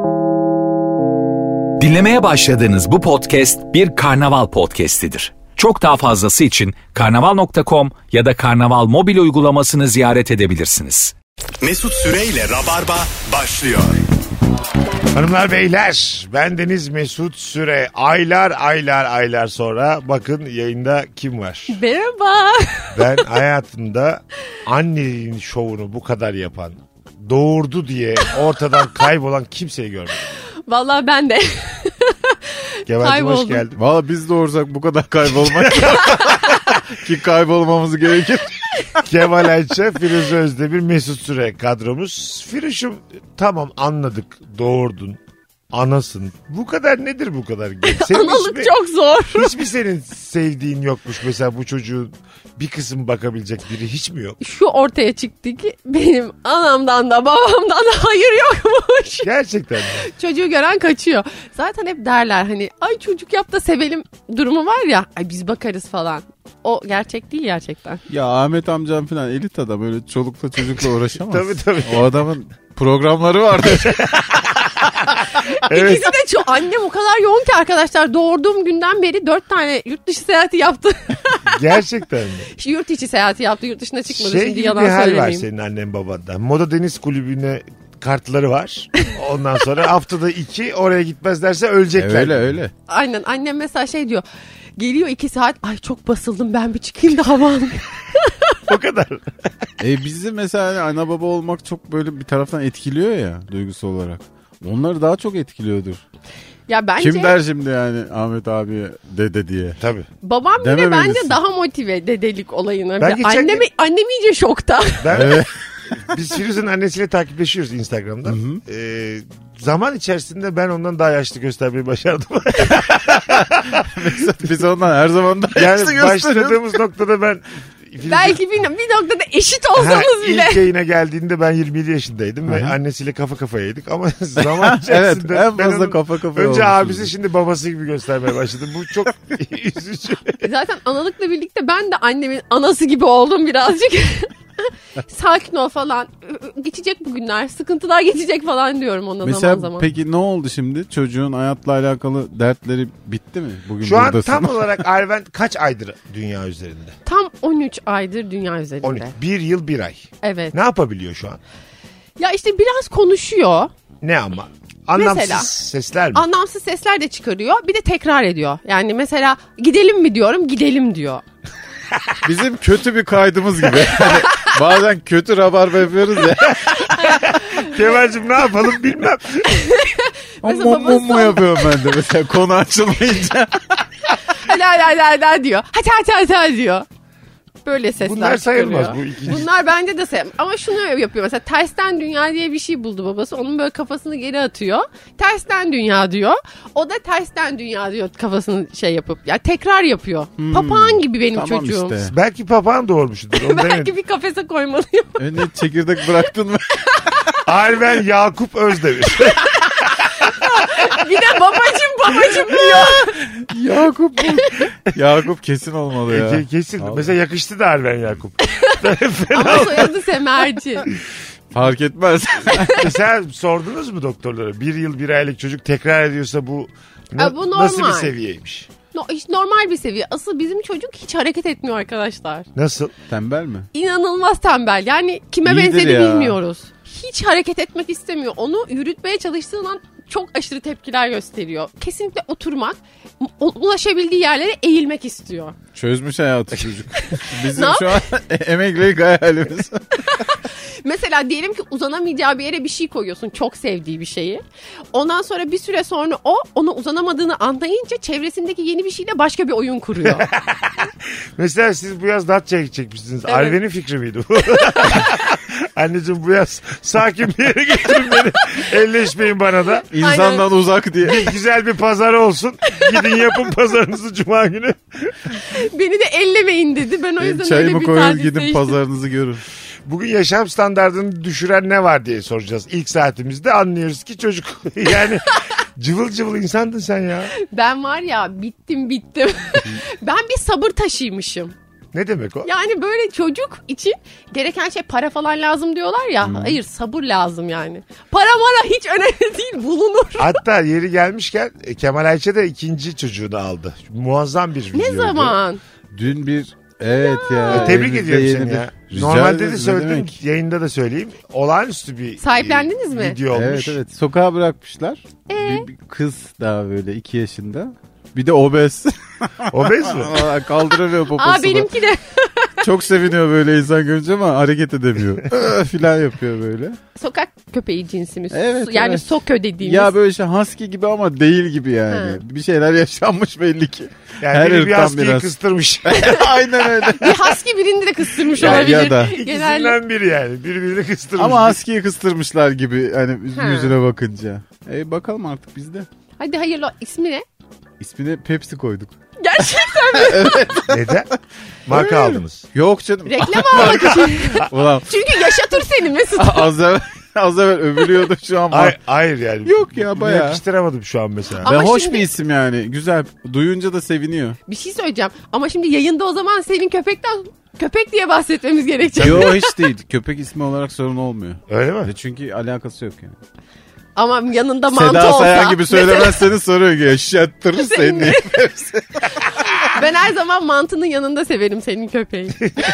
Dinlemeye başladığınız bu podcast bir karnaval podcastidir. Çok daha fazlası için karnaval.com ya da karnaval mobil uygulamasını ziyaret edebilirsiniz. Mesut Süreyle Rabarba başlıyor. Hanımlar beyler, bendeniz Mesut Süre. Aylar sonra bakın yayında kim var? Merhaba. Ben hayatımda annenin şovunu bu kadar yapan, doğurdu diye ortadan kaybolan kimseyi görmedim. Vallahi ben de. Kemal'cim hoş geldin. Valla biz doğursak bu kadar kaybolmak ki kaybolmamız gerekir. Kemal Ayça, Firuze Özdemir, Mesut Süre kadromuz. Firuş'um tamam anladık, doğurdun. Anasın. Bu kadar nedir bu kadar? Analık çok zor. Hiç mi senin sevdiğin yokmuş? Mesela bu çocuğun bir kısım bakabilecek biri hiç mi yok? Şu ortaya çıktı ki benim anamdan da babamdan da hayır yokmuş. Gerçekten mi? Çocuğu gören kaçıyor. Zaten hep derler hani ay çocuk yap da sevelim durumu var ya. Ay biz bakarız falan. O gerçek değil gerçekten. Ya Ahmet amcam falan elit adam, öyle çolukla çocukla uğraşamaz. Tabii. O adamın programları vardı. Evet. İkisi de çok. Annem o kadar yoğun ki arkadaşlar, doğurduğum günden beri 4 tane yurt dışı seyahati yaptı. Gerçekten mi? Yurt içi seyahati yaptı, yurt dışına çıkmadı. Şey Şimdi gibi bir yalan hal var söylemeyeyim. senin annen babandan. Moda Deniz Kulübü'ne kartları var. Ondan sonra haftada 2 oraya gitmezlerse ölecekler. Öyle. Aynen, annem mesela şey diyor. Geliyor 2 saat, ay çok basıldım ben bir çıkayım da hava alayım. O kadar. Bizi mesela hani ana baba olmak çok böyle bir taraftan etkiliyor ya duygusal olarak. Onları daha çok etkiliyordur. Ya bence Kim der şimdi yani Ahmet abi dede diye. Tabii. babam bile Dememelisin. bence daha motive dedelik olayına. Ben geçen Annem iyice şokta. Evet. Biz Firuze'nin annesiyle takipleşiyoruz Instagram'dan. Zaman içerisinde ben ondan daha yaşlı göstermeyi başardım. Biz ondan her zaman da Yani başladığımız noktada ben Belki bir noktada eşit olsanız bile. İlk yayına geldiğinde ben 27 yaşındaydım ve annesiyle kafa kafayaydık ama zaman içerisinde evet, en fazla ben onu kafa kafaya önce olmuşuz. abisi şimdi babası gibi göstermeye başladım. Bu çok üzücü. Zaten analıkla birlikte ben de annemin anası gibi oldum birazcık. Sakin ol falan. Geçecek bugünler. Sıkıntılar geçecek falan diyorum ona Mesela zaman zaman. peki ne oldu şimdi? Çocuğun hayatla alakalı dertleri bitti mi? Bugün Şu an buradasın. tam olarak Arven kaç aydır dünya üzerinde? Tam 13 aydır dünya üzerinde. 13. 1 yıl 1 ay. Evet. Ne yapabiliyor şu an? Ya işte biraz konuşuyor. Ne ama? Anlamsız Mesela, sesler mi? Anlamsız sesler de çıkarıyor. Bir de tekrar ediyor. Yani mesela gidelim mi diyorum, gidelim diyor. Bizim kötü bir kaydımız gibi. Hani bazen kötü rabarba yapıyoruz ya. Kemal'cim ne yapalım bilmem. Mesela Mum yapıyorum ben de mesela konu açılmayınca. hadi diyor. Hadi diyor. Böyle sesler Bunlar sayılmaz çıkarıyor. bu ikinci. Bunlar bence de sayılmaz. Ama şunu yapıyor mesela, tersten dünya diye bir şey buldu babası. Onun böyle kafasını geri atıyor. Tersten dünya diyor. O da tersten dünya diyor kafasını şey yapıp. Ya tekrar yapıyor. Papağan gibi benim Tamam çocuğum. işte. Belki papağan doğurmuştur. Onu Belki demedim. bir kafese koymalıyım. Önüne çekirdek bıraktın mı? Arven Yakup Özdemir. Bir de babacım diyor. Yakup kesin olmalı ya. Kesin. Vallahi. Mesela yakıştı da Arven Yakup. Ama soyadı Semerci. Fark etmez. Mesela sordunuz mu doktorlara? 1 yıl 1 aylık çocuk tekrar ediyorsa bu, Bu nasıl bir normal. seviyeymiş? Hiç normal bir seviye. Asıl bizim çocuk hiç hareket etmiyor arkadaşlar. Nasıl? Tembel mi? İnanılmaz tembel. Yani kime İyidir benzedi ya. bilmiyoruz. Hiç hareket etmek istemiyor. Onu yürütmeye çalıştığın an çok aşırı tepkiler gösteriyor. Kesinlikle oturmak, ulaşabildiği yerlere eğilmek istiyor. Çözmüş hayatı çocuk. Bizim Ne şu an emeklilik hayalimiz. Mesela diyelim ki uzanamayacağı bir yere bir şey koyuyorsun. Çok sevdiği bir şeyi. Ondan sonra bir süre sonra ona uzanamadığını anlayınca çevresindeki yeni bir şeyle başka bir oyun kuruyor. Mesela siz bu yaz Datça'ya gidecekmişsiniz. Evet. Arven'in fikri miydi bu? Anneciğim bu yaz sakin bir yere getirin beni. Elleşmeyin bana da. İnsandan uzak diye. Güzel bir pazar olsun. Gidin yapın pazarınızı cuma günü. Beni de ellemeyin dedi. Ben o yüzden öyle Çayımı bir koyun tarih gidin seçtim. pazarınızı görün. Bugün yaşam standartını düşüren ne var diye soracağız. İlk saatimizde anlıyoruz ki çocuk. Yani cıvıl cıvıl insandın sen ya. Ben var ya bittim. Ben bir sabır taşıymışım. Ne demek o? Yani böyle çocuk için gereken şey para falan lazım diyorlar ya. Hayır, sabır lazım yani. Para hiç önemli değil, bulunur. Hatta yeri gelmişken Kemal Ayça da ikinci çocuğunu aldı. Muazzam bir video. Ne zaman? Dün bir evet ya. Tebrik evimizde ediyorum yeni seni bir- ya. Rica Normalde ederim, de ne söyledim, demek. yayında da söyleyeyim. Olağanüstü bir Sahiplendiniz mi? video olmuş. Evet. Sokağa bırakmışlar. Bir kız daha böyle 2 yaşında. Bir de obez. Obez mi? Kaldıramıyor poposunu. Aa, benimki de. Çok seviniyor böyle insan görünce ama hareket edemiyor. Filan yapıyor böyle. Sokak köpeği cinsimiz. Evet, Yani evet. sokö dediğimiz. Ya böyle şey husky gibi ama değil gibi yani. Ha. Bir şeyler yaşanmış belli ki. Yani Her biri bir ırktan husky'yi biraz. kıstırmış. Aynen öyle. Bir husky birini de kıstırmış Ya olabilir. da. Genelde. İkisinden biri yani. Birbirini kıstırmış. Ama husky'yi kıstırmışlar gibi hani Ha. yüzüne bakınca. Bakalım artık biz de. Hadi hayırlı. İsmi ne? İsmine Pepsi koyduk. Gerçekten Neden? Marka aldınız. Yok canım. reklam almak için. Ulan Çünkü yaşatır seni Mesut. az evvel övülüyordu şu an. Hayır yani. Yok ya, bayağı. Yakıştıramadım şu an mesela. Ama Ve hoş şimdi- bir isim yani. Güzel. Duyunca da seviniyor. Bir şey söyleyeceğim. Ama şimdi yayında o zaman senin köpek diye bahsetmemiz gerekecek. Yo hiç değil. Köpek ismi olarak sorun olmuyor. Öyle mi? Çünkü alakası yok yani. Ama yanında mantı Seda olsa. Sayan gibi söylemezseniz soruyor ki yaşattırır seni. Ben her zaman mantının yanında severim senin köpeği.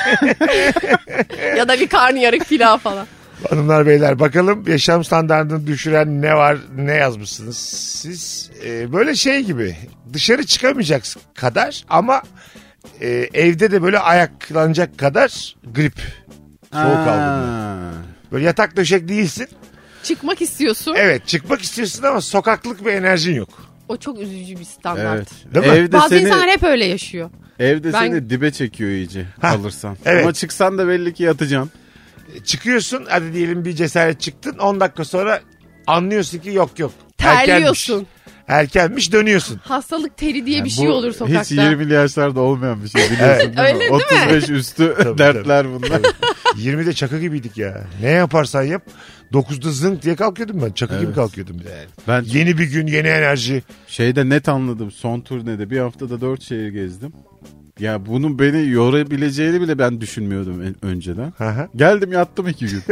Ya da bir karnıyarık pilav falan. Hanımlar beyler, bakalım yaşam standartını düşüren ne var, ne yazmışsınız siz? Böyle şey gibi, dışarı çıkamayacak kadar ama evde de böyle ayaklanacak kadar grip, soğuk algınlığı. Böyle yatak döşek değilsin. Çıkmak istiyorsun. Evet, çıkmak istiyorsun ama sokaklık bir enerjin yok. O çok üzücü bir standart. Evet. Değil mi? Evde Bazı seni, insanlar hep öyle yaşıyor. evde Ben- seni dibe çekiyor iyice kalırsan. evet. Ama çıksan da belli ki yatacaksın. Çıkıyorsun, hadi diyelim bir cesaret çıktın, 10 dakika sonra anlıyorsun ki yok. Terliyorsun. Erkenmiş, dönüyorsun. Hastalık teri diye bir Yani şey bu olur sokakta. Hiç 20'li yaşlarda olmayan bir şey biliyorsun Öyle değil mi? değil mi? 35 üstü Tabii, dertler bunlar. 20'de çakı gibiydik ya. Ne yaparsan yap. 9'da zınk diye kalkıyordum ben. Çakı gibi Evet. kalkıyordum bir de yani. Ben Yeni bir gün, yeni enerji. şeyde net anladım son turnede bir haftada 4 şehir gezdim. Ya bunun beni yorabileceğini bile ben düşünmüyordum önceden. Hı hı. Geldim yattım 2 gün.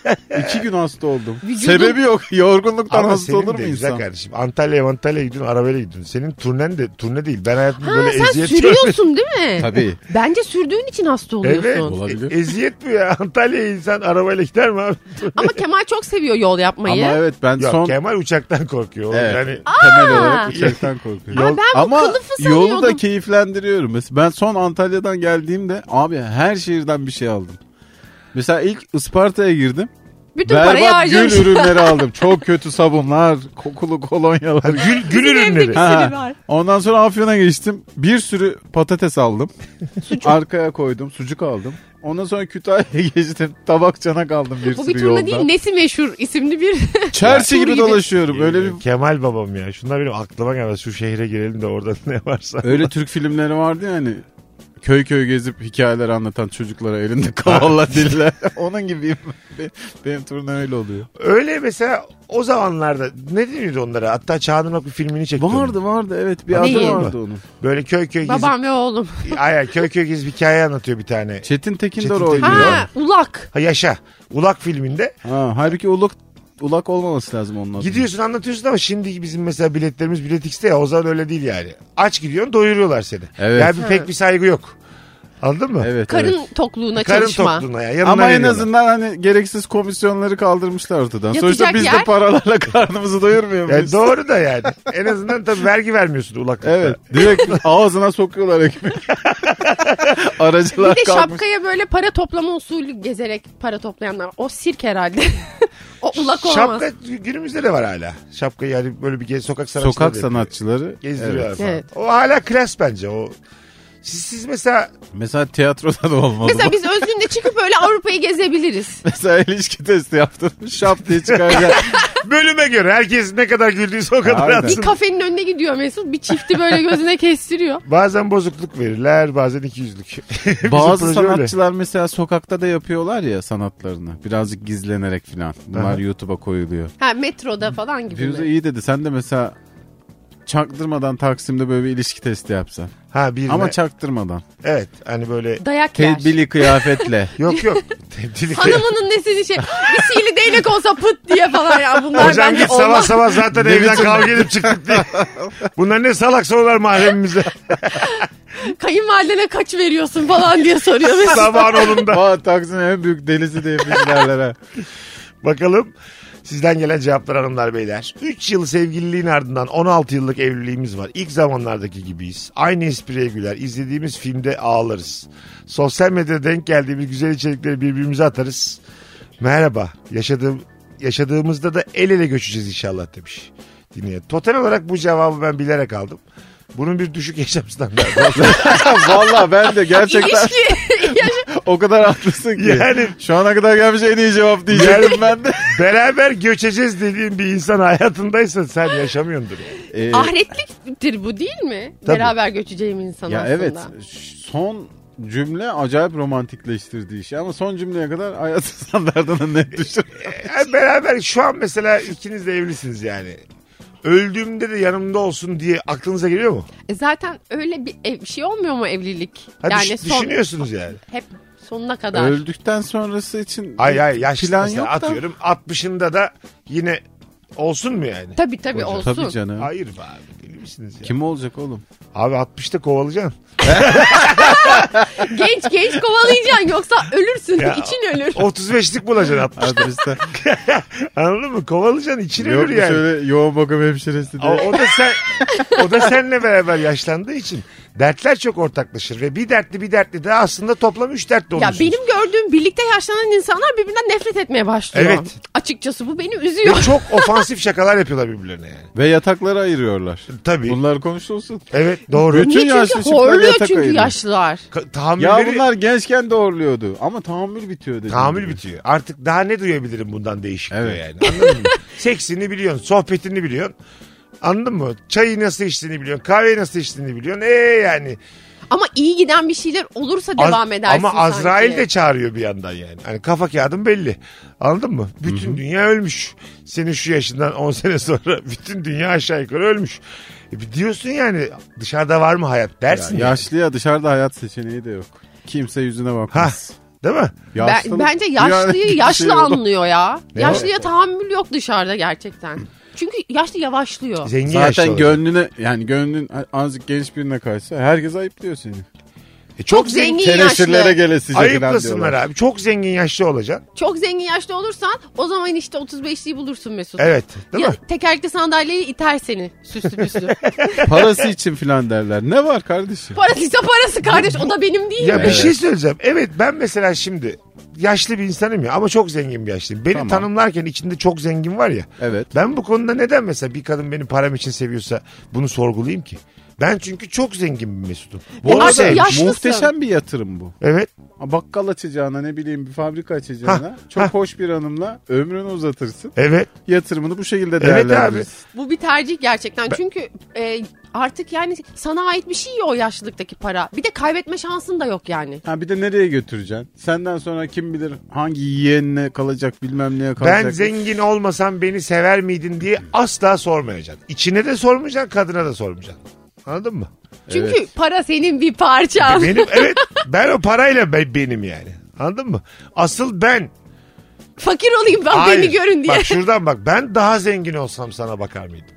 2 gün hasta oldum. Vücudun- Sebebi yok. Yorgunluktan Ama hasta senin olur mu de güzel insan? kardeşim. Antalya'ya gidiyorsun, arabayla gidiyorsun. Senin turnen de turne değil. Ben hayatımda Ha, böyle sen eziyet görmedim. sürüyorsun değil mi? Tabii. Bence sürdüğün için hasta oluyorsun. Evet. Olabilir. Eziyet bu ya. Antalya'ya insan arabayla gider mi abi? Ama Kemal çok seviyor yol yapmayı. Ama evet ben Yok, son Kemal uçaktan korkuyor. Oğlum. Evet. Yani temel olarak uçaktan korkuyorum. Aa, ben bu Ama kılıfı yolu da sanıyordum. keyiflendiriyorum. Mesela ben son Antalya'dan geldiğimde abi her şehirden bir şey aldım. Mesela ilk Isparta'ya girdim. Bütün parayı Berbat gül harcamış. ürünleri aldım. Çok kötü sabunlar, kokulu kolonyalar. hani gül ürünleri. Ha. var. Ondan sonra Afyon'a geçtim. Bir sürü patates aldım. Arkaya koydum. Sucuk aldım. Ondan sonra Kütahya'ya geçtim. Tabak çanak aldım bir Bu sürü bir turna yolda. değil, nesi meşhur isimli bir Çerçi tur gibi gibi. dolaşıyorum. Öyle bir Kemal babam ya. Şunlar benim aklıma gelmez. Şu şehre girelim de orada ne varsa. öyle Türk filmleri vardı ya hani köy köy gezip hikayeler anlatan çocuklara elinde kavalla diller. Onun gibiyim. Benim turna öyle oluyor. Öyle mesela o zamanlarda ne deniyordu onlara? Hatta Çağınırmak bir filmini çekti. Vardı evet bir Değil. adı vardı onun. Böyle köy gezip. babam ve oğlum. Ay köy gezip hikaye anlatıyor bir tane. Çetin Tekindor Çetin oynuyor. Tekindor. Ha, ulak. Ha yaşa. Ulak filminde. Halbuki ulak olmaması lazım onun adı. Gidiyorsun anlatıyorsun ama şimdiki bizim mesela biletlerimiz Bilet X'te ya, o zaman öyle değil yani. Aç gidiyorsun, doyuruyorlar seni. Evet. Yani pek bir saygı yok. Anladın mı? Evet. Karın evet. tokluğuna Karın çalışma. tokluğuna ya. Yanına Ama en veriyorlar. azından hani gereksiz komisyonları kaldırmışlar ortadan. Yatacak Sonuçta biz de yer. paralarla karnımızı doyurmuyor muyuz? Doğru da yani. En azından tabii vergi vermiyorsun ulaklıkta. Evet. Direkt ağzına sokuyorlar ekmek. Aracılar Bir de kalmış. şapkaya böyle para toplama usulü gezerek para toplayanlar var. O sirk herhalde. O ulak olmaz. Şapka günümüzde de var hala. Şapkayı yani böyle bir sokak sanatçıları Sokak da yapıyor. sanatçıları. Gezdiriyorlar Evet. falan. Evet. O hala klas bence. O siz mesela Mesela tiyatroda da olmalı. Mesela biz Özgün'le çıkıp öyle Avrupa'yı gezebiliriz. Mesela ilişki testi yaptın. Şap diye çıkaracak. bölüme göre herkes ne kadar güldüyse o kadar Aynen. Bir atsın. kafenin önüne gidiyor Mesut. Bir çifti böyle gözüne kestiriyor. Bazen bozukluk verirler, bazen 200'lük. Bizim Bazı proje öyle. sanatçılar mesela sokakta da yapıyorlar ya sanatlarını. Birazcık gizlenerek falan. Bunlar Aha. YouTube'a koyuluyor. Ha, metroda falan gibi Firuze mi? iyi dedi. Sen de mesela çaktırmadan Taksim'de böyle bir ilişki testi yapsan. Ha birine. Ama çaktırmadan. Evet hani böyle. Dayak yer. Tedbili kıyafetle. Yok. Tebdili. Hanımının nesini şey. Bir sihirli değnek olsa pıt diye falan ya. Bunlar Hocam bence git sabah olmaz. sabah zaten evden kavga edip çıktık diye. Bunlar ne salak sorular mahremimize. Kayınvalidene kaç veriyorsun falan diye soruyor. Sabahın onunda. Valla Taksim'in en büyük delisi de yapışlarlar ha. Bakalım sizden gelen cevaplar hanımlar beyler. 3 yıl sevgililiğin ardından 16 yıllık evliliğimiz var. İlk zamanlardaki gibiyiz. Aynı espriye güler. İzlediğimiz filmde ağlarız. Sosyal medyada denk geldiğimiz güzel içerikleri birbirimize atarız. Merhaba. Yaşadığımızda da el ele göçeceğiz inşallah demiş dinleyen. Total olarak bu cevabı ben bilerek aldım. Bunun bir düşük yaşam standartı. Valla ben de gerçekten İlişki. o kadar haklısın ki. Yani- Şu ana kadar gelmiş en iyi cevap diyecektim ben de. Beraber göçeceğiz dediğin bir insan hayatındaysa sen yaşamıyordur. Ahretliktir bu değil mi? Tabii. Beraber göçeceğim insan Ya aslında. evet, son cümle acayip romantikleştirdi işi ama son cümleye kadar hayat standartını net düşür. Yani beraber şu an mesela ikiniz de evlisiniz yani. Öldüğümde de yanımda olsun diye aklınıza geliyor mu? Zaten öyle bir şey olmuyor mu evlilik? Ha, Yani düşünüyorsunuz yani. hep sonuna kadar. Öldükten sonrası için Ay yaşlı plan mesela yok da. atıyorum 60'ında da yine olsun mu yani? Tabii Hocam, olsun. tabii canım. Hayır be abi deli misiniz ya? Kim olacak oğlum? Abi 60'ta kovalayacaksın. Genç kovalayacaksın yoksa ölürsün. Ya, için ölür. 35'lik bulacaksın 60'ta. Adreste. Anladın mı? Kovalayacaksın için Yok ölür mu yani. şöyle yoğun bakım hemşiresi diye. O da seninle beraber yaşlandığı için dertler çok ortaklaşır ve bir dertli de aslında toplam 3 dertli Ya olursunuz. benim gördüğüm birlikte yaşlanan insanlar birbirinden nefret etmeye başlıyor. Evet. Açıkçası bu beni üzüyor. Ve çok ofansif şakalar yapıyorlar birbirlerine yani. Ve yatakları ayırıyorlar. Tabii. Bunlar konuşulsun. Evet doğru. Bütün Niye? yaşlı Çünkü çiftler horluyor yatak çünkü ayırıyor. yaşlılar. Ya Tahammülleri... bunlar gençken de horluyordu. Ama tahammül bitiyor dediğim Tahammül gibi. bitiyor. Artık daha ne duyabilirim bundan değişik diyor Evet. yani. Anladın mı? Seksini biliyorsun, sohbetini biliyorsun. Anladın mı? Çayı nasıl içtiğini biliyorsun, kahveyi nasıl içtiğini biliyorsun. Yani. Ama iyi giden bir şeyler olursa devam edersin Ama Azrail sanki. de çağırıyor bir yandan yani. Hani kafa kağıdın belli. Anladın mı? Bütün dünya ölmüş. Senin şu yaşından 10 sene sonra bütün dünya aşağı yukarı ölmüş. Diyorsun yani dışarıda var mı hayat dersin. Ya, yani. yaşlıya dışarıda hayat seçeneği de yok. Kimse yüzüne bakmaz. Değil mi? Yaşlılık Bence dünyanın yaşlıyı bir yaşlı şey yok. anlıyor ya. Ne? Yaşlıya tahammül yok dışarıda gerçekten. Çünkü yaşlı yavaşlıyor. Zengin yaşlı Zaten olacak. gönlüne yani gönlün azıcık genç birine kaçsa herkes ayıplıyor seni. Çok zengin Teneşirlere yaşlı. gelesice falan Ayıplasınlar diyorlar. abi. Çok zengin yaşlı olacaksın. Çok zengin yaşlı olursan o zaman işte 35'liyi bulursun Mesut. Evet. Değil Ya, mi? tekerlekli sandalyeyi iter seni süslü püslü. Parası için filan derler. Ne var kardeşim? Parasıysa parası kardeş o da benim değil Ya mi? bir şey söyleyeceğim. Evet ben mesela şimdi yaşlı bir insanım ya ama çok zengin bir yaşlıyım. Beni Tamam. tanımlarken içinde çok zengin var ya. Evet. Ben bu konuda neden mesela bir kadın beni param için seviyorsa bunu sorgulayayım ki? Ben çünkü çok zengin bir Mesut'um. Bu Onu arada sevmiş. yaşlısın. muhteşem bir yatırım bu. Evet. Bakkal açacağına ne bileyim bir fabrika açacağına çok hoş bir hanımla ömrünü uzatırsın. Evet. Yatırımını bu şekilde Evet abi. değerlendirirsin. Bu bir tercih gerçekten. Çünkü artık yani sana ait bir şey ya o yaşlılıktaki para. Bir de kaybetme şansın da yok yani. Ha bir de nereye götüreceksin? Senden sonra kim bilir hangi yeğenine kalacak bilmem neye kalacak. Ben zengin olmasam beni sever miydin diye asla sormayacaksın. İçine de sormayacaksın, kadına da sormayacaksın. Anladın mı? Çünkü Evet. para senin bir parçan. Benim evet ben o parayla benim yani. Anladın mı? Asıl ben. Fakir olayım ben Hayır. beni görün diye. Bak şuradan bak. Ben daha zengin olsam sana bakar mıydım?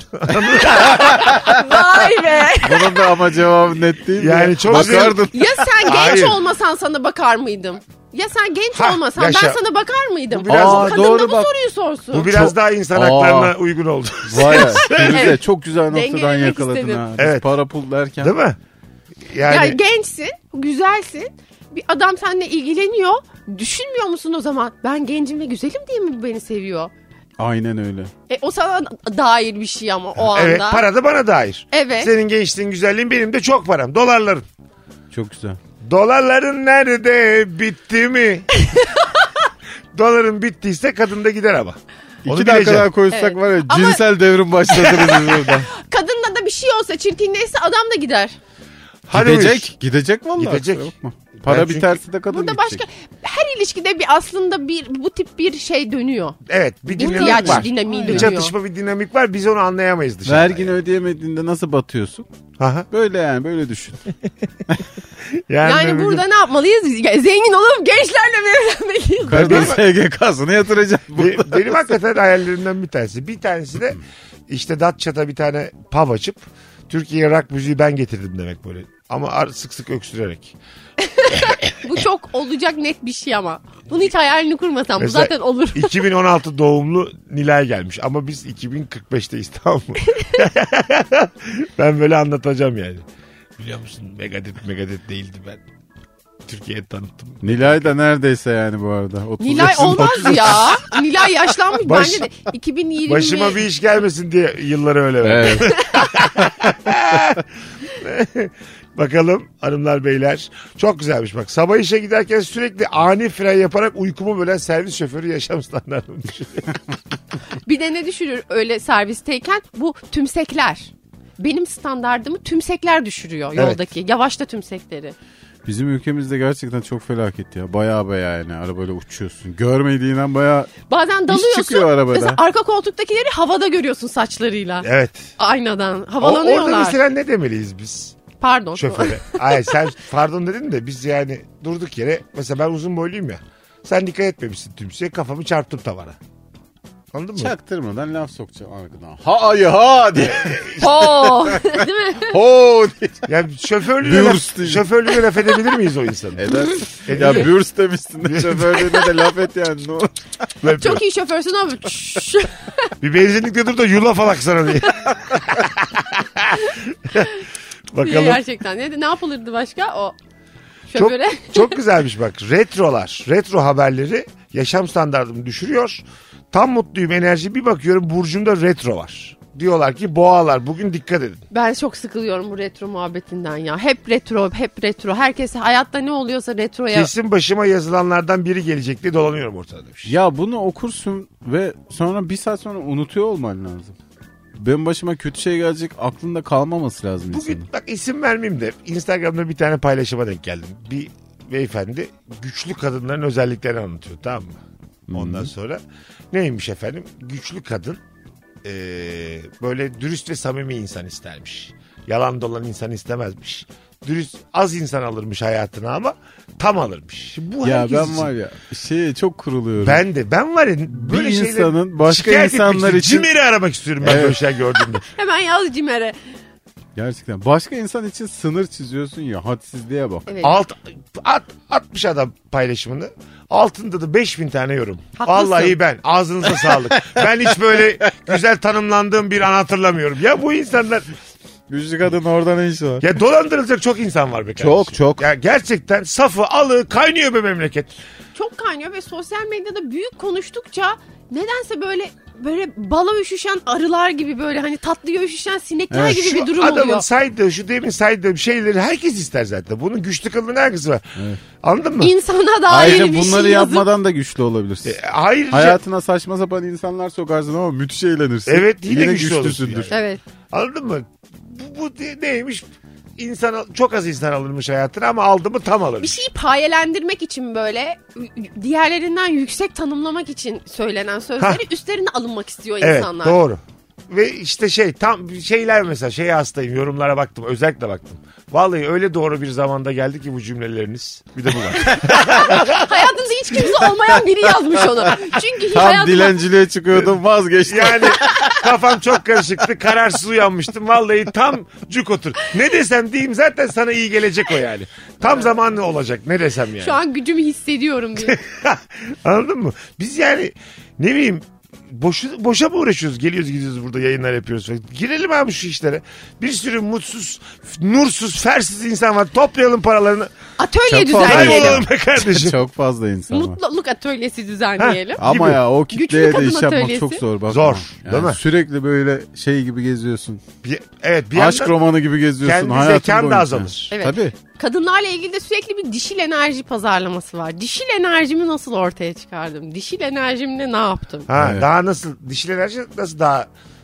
Vay be. Bunun da ama cevabı net değil mi? Yani çok Bakardın. Ya sen genç Hayır. olmasan sana bakar mıydım? Ya sen genç Ha, olmasan yaşa. ben sana bakar mıydım? Bu biraz- Kadın doğru da bu bak. soruyu sorsun. Bu biraz Çok- daha insan Aa. haklarına uygun oldu. Vay ya. Firuze Evet. çok güzel noktadan Dengelemek yakaladın istedim. ha. Biz Evet. para pul derken. Değil mi? Ya Yani gençsin, güzelsin. Bir adam seninle ilgileniyor. Düşünmüyor musun o zaman? Ben gencim ve güzelim diye mi bu beni seviyor? Aynen öyle. O sana dair bir şey ama o anda. evet para da bana dair. Evet. Senin gençliğin güzelliğin benim de çok param. Dolarların. Çok güzel. Dolarların nerede bitti mi? Doların bittiyse kadın da gider ama. Onu 2 dakika bileceğim. daha koysak Evet. var ya Ama- cinsel devrim başlatırız biz burada. Kadınla da bir şey olsa çirkinleşse adam da gider. Hadi buyur. Gidecek. Gidecek vallahi. Gidecek. kusura bakma. Para Ben çünkü- biterse de kadın Burada gidecek. başka her ilişkide bir aslında bu tip bir şey dönüyor. Evet, bir dinamik İhtiyaç var. dinamiği Bir dönüyor. çatışma, bir dinamik var. Biz onu anlayamayız dışarıda. Vergini ödeyemediğinde nasıl batıyorsun? Aha. Böyle yani, böyle düşün. Yani bir burada gün- ne yapmalıyız? Zengin olup gençlerle mi evlenmeliyiz? Kadın SGK'sını yatıracak. Benim hakikaten hayallerimden bir tanesi. Bir tanesi de işte Datça'da bir tane pub açıp Türkiye'ye rock müziği ben getirdim demek böyle. Ama sık sık öksürerek. Bu çok olacak net bir şey ama. Bunu hiç hayalini kurmasam bu Mesela zaten olur. 2016 doğumlu Nilay gelmiş ama biz 2045'teyiz, tamam mı? Ben böyle anlatacağım yani. Biliyor musun Megadeth değildi, ben Türkiye'ye tanıttım. Nilay da neredeyse yani bu arada. 30 Nilay yaşında, olmaz 30 ya. Nilay yaşlanmış Baş- bence de. 2020. Başıma bir iş gelmesin diye yılları öyle verdim. Evet. Bakalım hanımlar beyler. Çok güzelmiş bak. Sabah işe giderken sürekli ani fren yaparak uykumu bölen servis şoförü yaşam standartımı düşürüyor. Bir de ne düşürür öyle servisteyken? Bu tümsekler. Benim standardımı tümsekler düşürüyor Evet. yoldaki. Yavaşla tümsekleri. Bizim ülkemizde gerçekten çok felaket ya. Baya yani arabayla uçuyorsun. Görmediğin an baya Bazen dalıyorsun. çıkıyor arabadan. Mesela arka koltuktakileri havada görüyorsun saçlarıyla. Evet. Aynadan. Orada Havalanıyorlar. mesela ne demeliyiz biz Pardon. şoföre? Ay sen pardon dedin de biz yani durduk yere, mesela ben uzun boyluyum ya. Sen dikkat etmemişsin tümseye, kafamı çarptım tavana. Anladın mı? çaktırmadan laf sokacağım arkadan. Hayır ha diye. Oo. Değil mi? Ho diye. Yani şoförlüğüne laf edebilir miyiz o insanı? Eder. Ediyor. Ya bürs demişsin de şoförlüğüne de laf et yani. Ne olur. Çok iyi şoförsün ama Bir benzinlikte dur da yulaf alak sana diye. Bakalım. gerçekten. Ne yapılırdı başka? O şoföre. Çok güzelmiş bak. Retro haberleri yaşam standartımı düşürüyor. Tam mutluyum, enerji, bir bakıyorum burcumda retro var. Diyorlar ki boğalar bugün dikkat edin. Ben çok sıkılıyorum bu retro muhabbetinden ya. Hep retro. Herkes hayatta ne oluyorsa retroya. Kesin başıma yazılanlardan biri gelecek diye dolanıyorum ortada demiş. Ya bunu okursun ve sonra bir saat sonra unutuyor olman lazım. Benim başıma kötü şey gelecek, aklında kalmaması lazım Bugün insanın. bak isim vermeyeyim de Instagram'da bir tane paylaşıma denk geldim. Bir beyefendi güçlü kadınların özelliklerini anlatıyor, tamam mı? Ondan sonra neymiş efendim? Güçlü kadın böyle dürüst ve samimi insan istermiş. Yalan dolan insan istemezmiş. Dürüst az insan alırmış hayatına ama tam alırmış. Bu Ya herkes ben için. var ya çok kuruluyorum. Ben var ya böyle bir şeyler insanın başka şikayet etmek insanlar istiyorum. için Cimer'i aramak istiyorum ben böyle şey gördüğümde. Hemen yaz Cimer'e. gerçekten başka insan için sınır çiziyorsun ya, hadsizliğe bak. Evet. Atmış adam paylaşımını. Altında da 5000 tane yorum. Haklısın. Vallahi ben. Ağzınıza sağlık. Ben hiç böyle güzel tanımlandığım bir an hatırlamıyorum. Ya bu insanlar... Güçlü kadın orada ne işi var? Ya dolandırılacak çok insan var be kardeşim. Çok. Ya gerçekten safı alı kaynıyor be memleket. Çok kaynıyor ve sosyal medyada büyük konuştukça nedense böyle bala üşüşen arılar gibi böyle hani tatlıya üşüşen sinekler Evet. gibi Şu bir durum adamın oluyor. saydığı, şu demin saydığım şeyleri herkes ister zaten. Bunun güçlü kadının herkesi var. Anladın mı? İnsana dair Ayrıca bir bunları şey yazıp yapmadan da güçlü olabilirsin. Hayır. Hayatına saçma sapan insanlar sokarsın ama müthiş eğlenirsin. Evet, yine güçlü olursun güçlüsündür. yani. evet. Anladın mı? Bu neymiş? Çok az insan alırmış hayatına ama aldı mı tam alır. Bir şeyi payelendirmek için böyle diğerlerinden yüksek tanımlamak için söylenen sözleri üstlerine alınmak istiyor Evet, insanlar. doğru. Ve işte tam şeyler mesela şeye hastayım, yorumlara baktım, özellikle baktım. Vallahi öyle doğru bir zamanda geldi ki bu cümleleriniz. Bir de bu var. Hayatında hiç kimse olmayan biri yazmış onu. Çünkü hiç Tam hayatında... dilenciliğe çıkıyordum, vazgeçtim. Yani kafam çok karışıktı, kararsız uyanmıştım. Vallahi tam cuk otur. Ne desem diyeyim zaten sana iyi gelecek o yani. Tam zamanlı olacak ne desem yani. Şu an gücümü hissediyorum diye. Anladın mı? Biz yani ne bileyim boşa mı uğraşıyoruz? Geliyoruz gidiyoruz burada yayınlar yapıyoruz. Girelim abi şu işlere. Bir sürü mutsuz, nursuz, fersiz insan var. Toplayalım paralarını. Atölye Çok fazla düzenleyelim. Kaybolalım be kardeşim. Çok fazla insan var. Mutluluk atölyesi düzenleyelim. Ama gibi. ya o kitleye Güçlü de iş kadın yapmak atölyesi. çok zor. Bakma. Zor, Yani değil mi? Sürekli böyle şey gibi geziyorsun. Evet bir Aşk yandan romanı gibi geziyorsun. kendi hayatın zekan da boyunca. azalır. Evet. Tabii. Kadınlarla ilgili de sürekli bir dişil enerji pazarlaması var. Dişil enerjimi nasıl ortaya çıkardım? Dişil enerjimle ne yaptım? Ha, Evet. daha nasıl dişil enerji nasıl daha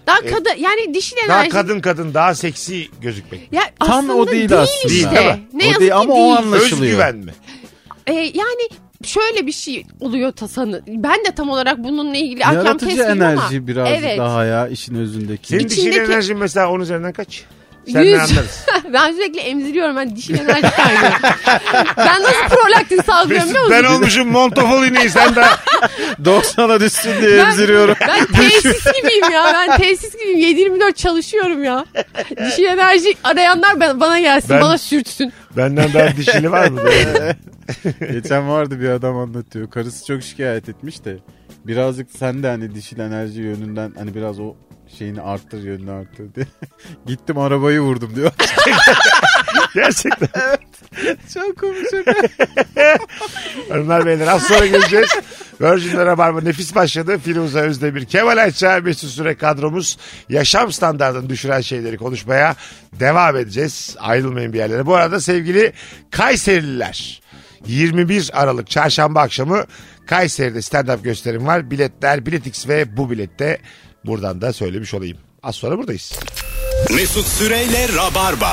Daha kadın yani dişil Daha enerji. kadın daha seksi gözükmek. Ya Tam o değil aslında. işte. Değil, değil Ne O yazık değil ki ama değil. o anlaşılıyor. Özgüven mi? Yani şöyle bir şey oluyor Ben de tam olarak bununla ilgili ahkam Yaratıcı kesmiyorum ama. enerji biraz Evet. daha ya işin özündeki. Senin dişil İçindeki- enerjin mesela 10 üzerinden kaç? Senden 100. anlarız. Ben sürekli emziriyorum. Ben dişil enerji kaynıyorum. Ben nasıl prolaktin salgılıyorum biliyor Mesut musun? ben olmuşum Montafol ineği sen de. 90'a düşsün diye emziriyorum. Ben tesis gibiyim ya. Ben tesis gibiyim. 7/24 çalışıyorum ya. Dişil enerji arayanlar bana gelsin. Ben- Bana sürtsün. Benden daha dişili var mı? Geçen vardı bir adam anlatıyor. Karısı çok şikayet etmiş de birazcık sen de hani dişil enerji yönünden hani biraz o şeyini arttır yönünü arttır diye. Gittim arabayı vurdum diyor. Gerçekten. Çok komik çok. Hanımlar beyler az sonra geleceğiz. Virgin'de Rabarba nefis başladı. Firuze Özdemir, Kemal Ayça, Mesut Süre kadromuz yaşam standartını düşüren şeyleri konuşmaya devam edeceğiz. Ayrılmayın bir yerlere. Bu arada sevgili Kayserililer 21 Aralık çarşamba akşamı Kayseri'de stand-up gösterim var. Biletler Biletix ve bu bilette buradan da söylemiş olayım. Az sonra buradayız. Mesut Süreyle Rabarba.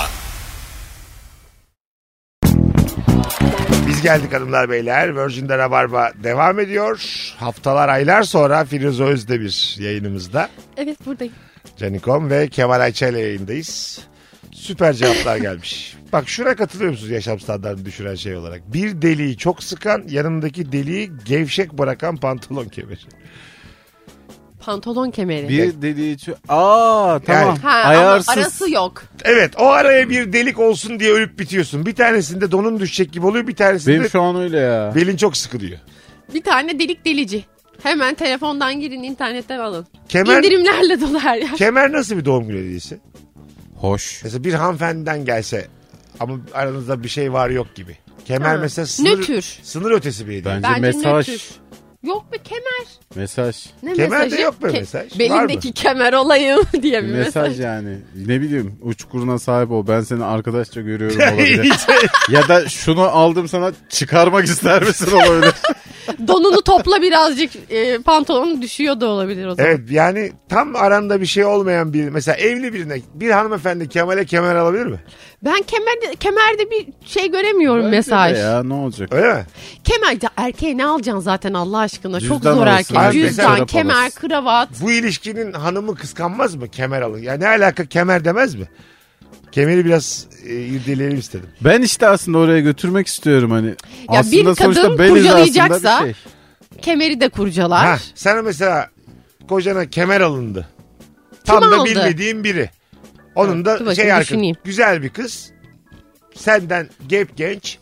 Biz geldik hanımlar beyler. Virgin'de Rabarba devam ediyor. Haftalar aylar sonra Firuze Özdemir yayınımızda. Evet buradayım. Canikom ve Kemal Ayça ile yayındayız. Süper cevaplar gelmiş. Bak şuna katılıyor musunuz yaşam standartını düşüren şey olarak? Bir deliği çok sıkan, yanındaki deliği gevşek bırakan pantolon kemeri. Pantolon kemeri. Bir dediği tamam. Yani- Ha, Ayarsız. ama arası yok. Evet o araya bir delik olsun diye ölüp bitiyorsun. Bir tanesinde donun düşecek gibi oluyor. Bir tanesinde Benim şu an öyle ya. belin çok sıkılıyor. Bir tane delik delici. Hemen telefondan girin, internetten alın. Kemer, İndirimlerle dolu her yer. kemer nasıl bir doğum günü hediyesi? Hoş. Mesela bir hanımefendiden gelse ama aranızda bir şey var yok gibi. Kemer Ha, mesela nötr. sınır ötesi bir hediye. Bence mesaj. nötr. Yok be kemer. Mesaj. Ne Kemer de mesajı? yok be mesaj. Belimdeki kemer olayım diye bir mesaj. Mesaj yani. Ne bileyim uçkuruna sahip ol. Ben seni arkadaşça görüyorum olabilir. Ya da şunu aldım sana çıkarmak ister misin olabilir. Donunu topla birazcık pantolonun düşüyor da olabilir o zaman. Evet yani tam aranda bir şey olmayan bir mesela evli birine bir hanımefendi Kemal'e kemer alabilir mi? Ben kemerde bir şey göremiyorum Bence mesaj. de ya ne olacak? Öyle mi? Kemerde erkeğe ne alacaksın zaten Allah aşkına? Çok Cüzdan zor alırsın. erkeğe. Abi Cüzdan, mesela- kemer, kravat. Bu ilişkinin hanımı kıskanmaz mı kemer alın? Ya ne alaka kemer demez mi? Kemeri biraz irdeleyelim istedim. Ben işte aslında oraya götürmek istiyorum hani. Ya aslında bir kadın sonuçta bel kurcalayacaksa- hizasında bir şey. Kemeri de kurcalar. Ha, sana mesela kocana kemer alındı. Tam da aldı? bilmediğin biri. Onun Dur da bakayım, şey arkadaş. düşüneyim. Güzel bir kız. Senden genç.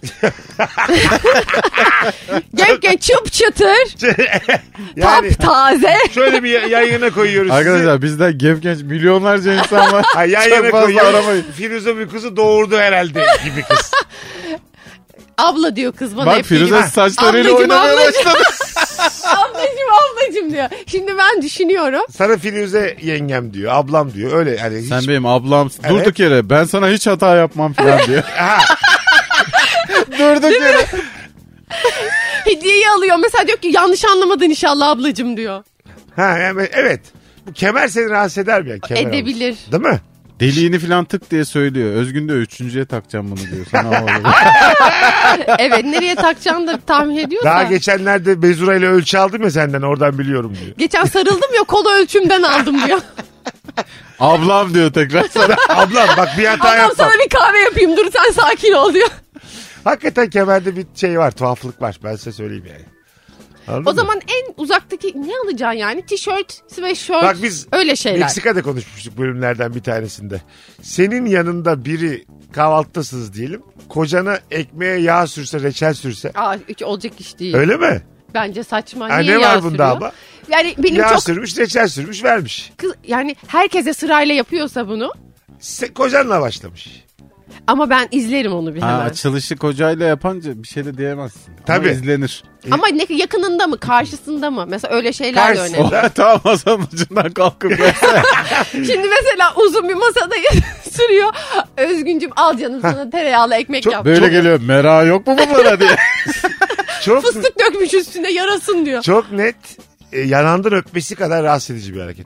Genç çıp çıtır. Yani Taptaze. şöyle bir yan yana koyuyoruz sizi. Arkadaşlar bizden genç milyonlarca insan var. Ha, yan Çok yana fazla koyuyoruz. aramayın. Firuze bir kızı doğurdu herhalde gibi kız. Abla diyor kız bana Bak hep Firuze bilgi- saçlarıyla Ablacım, oynamaya ablacım. başladı. ablacım diyor. Şimdi ben düşünüyorum. Sana Firuze yengem diyor, ablam diyor. Öyle hani hiç... Sen benim ablamsın. Evet. Durduk yere ben sana hiç hata yapmam falan diyor. Ha, Durduk yere. Hediyeyi alıyor. Mesela diyor ki yanlış anlamadın inşallah ablacım diyor. ha yani evet. Bu kemer seni rahatsız eder mi ya? Kemer Edebilir. almış. Değil mi? Deliğini falan tık diye söylüyor. Özgün de üçüncüye takacağım bunu diyor. Sana havalı. Evet nereye takacağını da tahmin ediyorsa. Daha geçenlerde Bezura ile ölçü aldım ya senden oradan biliyorum diyor. Geçen sarıldım ya kolu ölçümden aldım diyor. Ablam diyor tekrar sana. Ablam bak bir hata Adam yapma. sana bir kahve yapayım dur sen sakin ol diyor. Hakikaten kemerde bir şey var, tuhaflık var. Ben size söyleyeyim yani. Anladın O mı? zaman en uzaktaki ne alacaksın yani? Tişört, sweatshirt Bak biz öyle şeyler. Meksika'da konuşmuştuk bölümlerden bir tanesinde. Senin yanında biri kahvaltıdasınız diyelim. Kocana ekmeğe yağ sürse, reçel sürse. Aa, hiç olacak iş değil. Öyle mi? Bence saçma. Ha, Niye ne yağ var bunda sürüyor? ama? Yani benim Yağ çok sürmüş, reçel sürmüş, vermiş. yani herkese sırayla yapıyorsa bunu Kocanla başlamış. ama ben izlerim onu bir Ha, hemen. açılışı kocayla yapınca bir şey de diyemezsin. Tabii. Ama izlenir. Ama ne yakınında mı, karşısında mı? Mesela öyle şeyler de Karşısında. önemli. Tamam masanın ucundan kalkıp gelse. Şimdi mesela uzun bir masada sürüyor. Özgüncüm al canım sana tereyağlı ekmek Çok yap. Böyle geliyor. Merak yok mu bu bana diye. Çok Fıstık dökmüş üstüne yarasın diyor. çok net yanandın öpmesi kadar rahatsız edici bir hareket.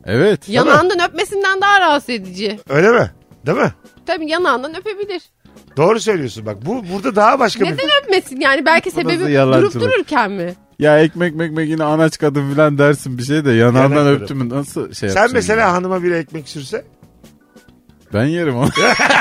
Evet. Yanağından öpmesinden daha rahatsız edici. Öyle mi? Değil mi? Tabii yanağından öpebilir. Doğru söylüyorsun bak. Burada daha başka Neden öpmesin yani? Belki Bu nasıl sebebi yalancılık? durup dururken mi? Ya ekmek yine anaç kadın falan dersin bir şey de yanağından Yanaklarım. öptü mü nasıl şey Sen yapacaksın? mesela yani? hanıma bir ekmek sürse. Ben yerim onu.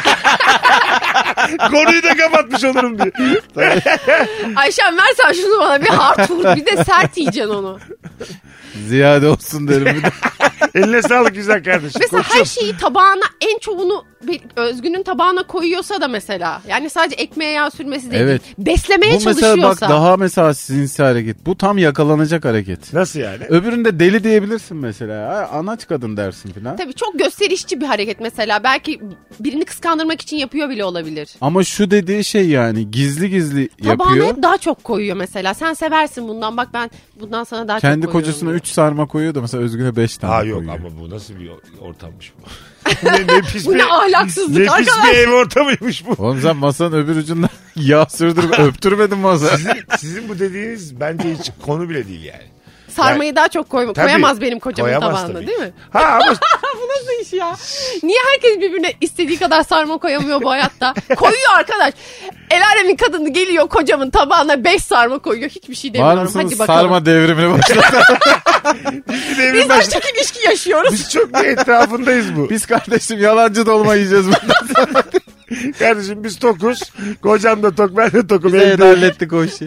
Konuyu da kapatmış olurum diye. Ayşem versen şunu bana bir hard vur. Bir de sert yiyeceksin onu. Ziyade olsun derim bir de. Eline sağlık güzel kardeşim. Mesela Koçum. her şeyi tabağına en çoğunu Özgün'ün tabağına koyuyorsa da mesela. Yani sadece ekmeğe yağ sürmesi değil. Evet. Beslemeye Bu mesela çalışıyorsa. bak daha mesela sinsi hareket. Bu tam yakalanacak hareket. Nasıl yani? Öbüründe deli diyebilirsin mesela. Ha, anaç kadın dersin falan. Tabii çok gösterişçi bir hareket mesela. Belki birini kıskandırmak için yapıyor bile olabilir. Ama şu dediği şey yani gizli Tabağına yapıyor. hep daha çok koyuyor mesela. Sen seversin bundan, bak ben bundan sana daha Kendi çok koyuyorum. kocasına 3 sarma koyuyor da mesela Özgür'e 5 tane Aa koyuyor. yok ama bu nasıl bir ortammış bu? ne pis Bu ne ahlaksızlık ne pis arkadaş. bir ev ortamıymış bu. Oğlum sen masanın öbür ucundan yağ sürdürüp öptürmedin masa. Sizin bu dediğiniz bence hiç konu bile değil yani. Sarmayı daha çok Tabii. koyamaz benim kocamın Koyamaz tabağına tabii. değil mi? Ha ama Bu nasıl iş ya? Niye herkes birbirine istediği kadar sarma koyamıyor bu hayatta? Koyuyor arkadaş. El alemin kadını geliyor kocamın tabağına 5 sarma koyuyor. Hiçbir şey Var demiyorum. mısınız Hadi bakalım. sarma devrimini başlatalım. Biz açık ilişki yaşıyoruz. biz çok bir etrafındayız bu. Biz kardeşim yalancı dolma yiyeceğiz bundan sonra. Kardeşim biz tokuz. Kocam da tok, ben de tokum. Biz de hallettik o işi.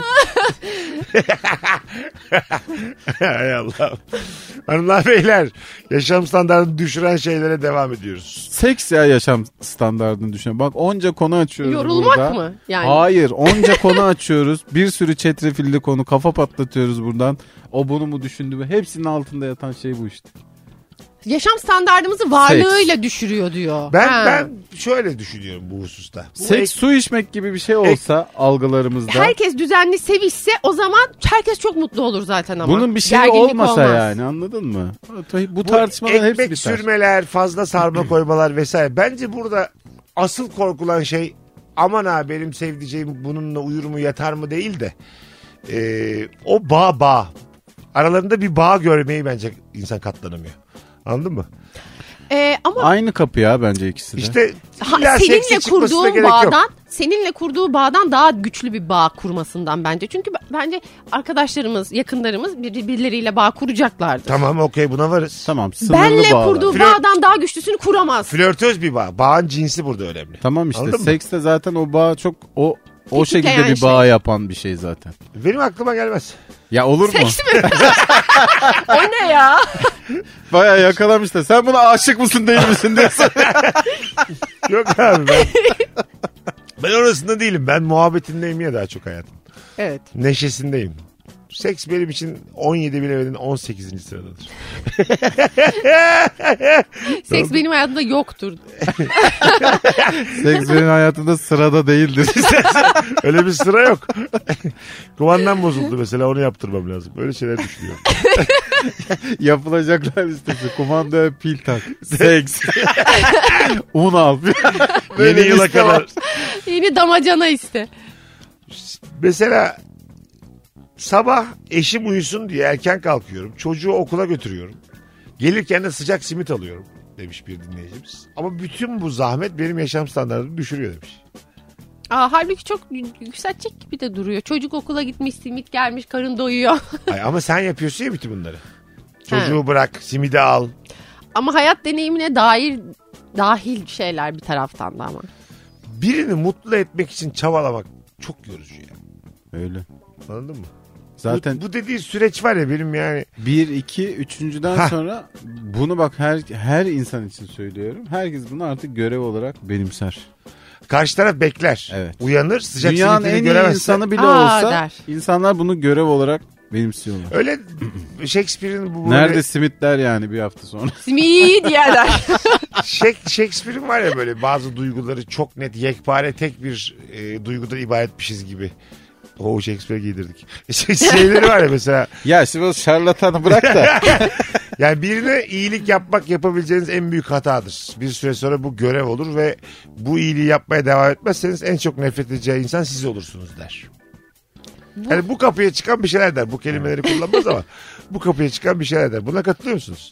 Hay Allah. Hanımlar beyler, yaşam standartını düşüren şeylere devam ediyoruz. Seks ya yaşam standartını düşün. Bak onca konu açıyoruz Yorulmak burada. mı? Yani. Hayır onca konu açıyoruz. Bir sürü çetrefilli konu kafa patlatıyoruz buradan. O bunu mu düşündü mü? Hepsinin altında yatan şey bu işte. Yaşam standartımızı varlığıyla düşürüyor diyor. Ben şöyle düşünüyorum bu hususta. Bu Seks su içmek gibi bir şey olsa algılarımızda. Herkes düzenli sevişse o zaman herkes çok mutlu olur zaten ama. Bunun bir şeyi Gerginlik olmasa olmaz. yani anladın mı? Bu tartışmaların hepsi ekmek biter. sürmeler, fazla sarma koymalar vesaire. Bence burada asıl korkulan şey aman ha benim sevdiceğim bununla uyur mu yatar mı değil de o bağ. Aralarında bir bağ görmeyi bence insan katlanamıyor. Anladın mı? Ama Aynı kapı ya bence ikisi de. İşte illa seninle seksi çıkmasına kurduğu gerek yok. seninle kurduğu bağdan daha güçlü bir bağ kurmasından bence. Çünkü bence arkadaşlarımız, yakınlarımız birbirleriyle bağ kuracaklardır. Tamam okey buna varız. Tamam sınırlı Benle bağlar. kurduğu bağdan daha güçlüsünü kuramaz. Flörtöz bir bağ. Bağın cinsi burada önemli. Tamam işte Anladın mı? sekste zaten o bağ çok o Tetikleyen şekilde bir bağ şey. yapan bir şey zaten. Benim aklıma gelmez. Ya olur mu? Seks mi? O ne ya? Bayağı yakalamış da sen buna aşık mısın değil misin diye Yok abi ben orasında değilim. Ben muhabbetindeyim ya daha çok hayatım. Evet. Neşesindeyim. Seks benim için 17 bilemedin 18. sıradadır. Seks benim hayatımda yoktur. Seks benim hayatımda sırada değildir. Öyle bir sıra yok. Kumandam bozuldu mesela onu yaptırmam lazım. Böyle şeyler düşünüyorum. Yapılacaklar listesi. Kumandaya pil tak. Seks. Un al. Yeni yıla liste kadar. var. Yeni damacana iste. Mesela sabah eşim uyusun diye erken kalkıyorum. Çocuğu okula götürüyorum. Gelirken de sıcak simit alıyorum demiş bir dinleyicimiz. Ama bütün bu zahmet benim yaşam standartımı düşürüyor demiş. Halbuki çok yükseltecek gibi de duruyor. Çocuk okula gitmiş, simit gelmiş, karın doyuyor. Ay, ama sen yapıyorsun ya bütün bunları. Çocuğu bırak, simidi al. Ama hayat deneyimine dahil şeyler bir taraftan da ama. Birini mutlu etmek için çabalamak çok yorucu ya. Öyle. Anladın mı? Zaten Bu dediği süreç var ya benim yani. 1, 2, 3.'den sonra bunu bak her insan için söylüyorum. Herkes bunu artık görev olarak benimser. Karşı taraf bekler. Evet. Uyanır sıcak Dünyanın simitini en iyi göremezse. insanı bile Aa, olsa der. insanlar bunu görev olarak benimsiyorlar. Öyle Shakespeare'in bu böyle... Nerede simitler yani bir hafta sonra. Simit yerler. Shakespeare'in var ya böyle bazı duyguları çok net yekpare tek bir duygudan ibaretmişiz gibi. O Shakespeare giydirdik. Şeyleri var ya mesela. Ya şimdi o şarlatanı bırak da. Yani birine iyilik yapabileceğiniz en büyük hatadır. Bir süre sonra bu görev olur ve bu iyiliği yapmaya devam etmezseniz en çok nefret edeceği insan siz olursunuz der. Yani bu kapıya çıkan bir şeyler der. Bu kelimeleri kullanmaz ama bu kapıya çıkan bir şeyler der. Buna katılıyor musunuz?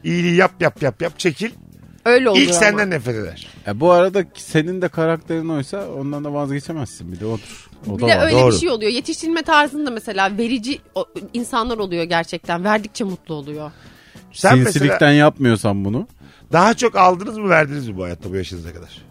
İyiliği yap çekil. Öyle oluyor İlk ama. senden nefret eder. Bu arada senin de karakterin oysa ondan da vazgeçemezsin. Bir de odur. O Bir da de var. öyle Doğru. bir şey oluyor. Yetiştirilme tarzında mesela verici insanlar oluyor gerçekten. Verdikçe mutlu oluyor. Sen Sinsilikten mesela yapmıyorsan bunu. daha çok aldınız mı verdiniz mi bu hayatta bu yaşınıza kadar?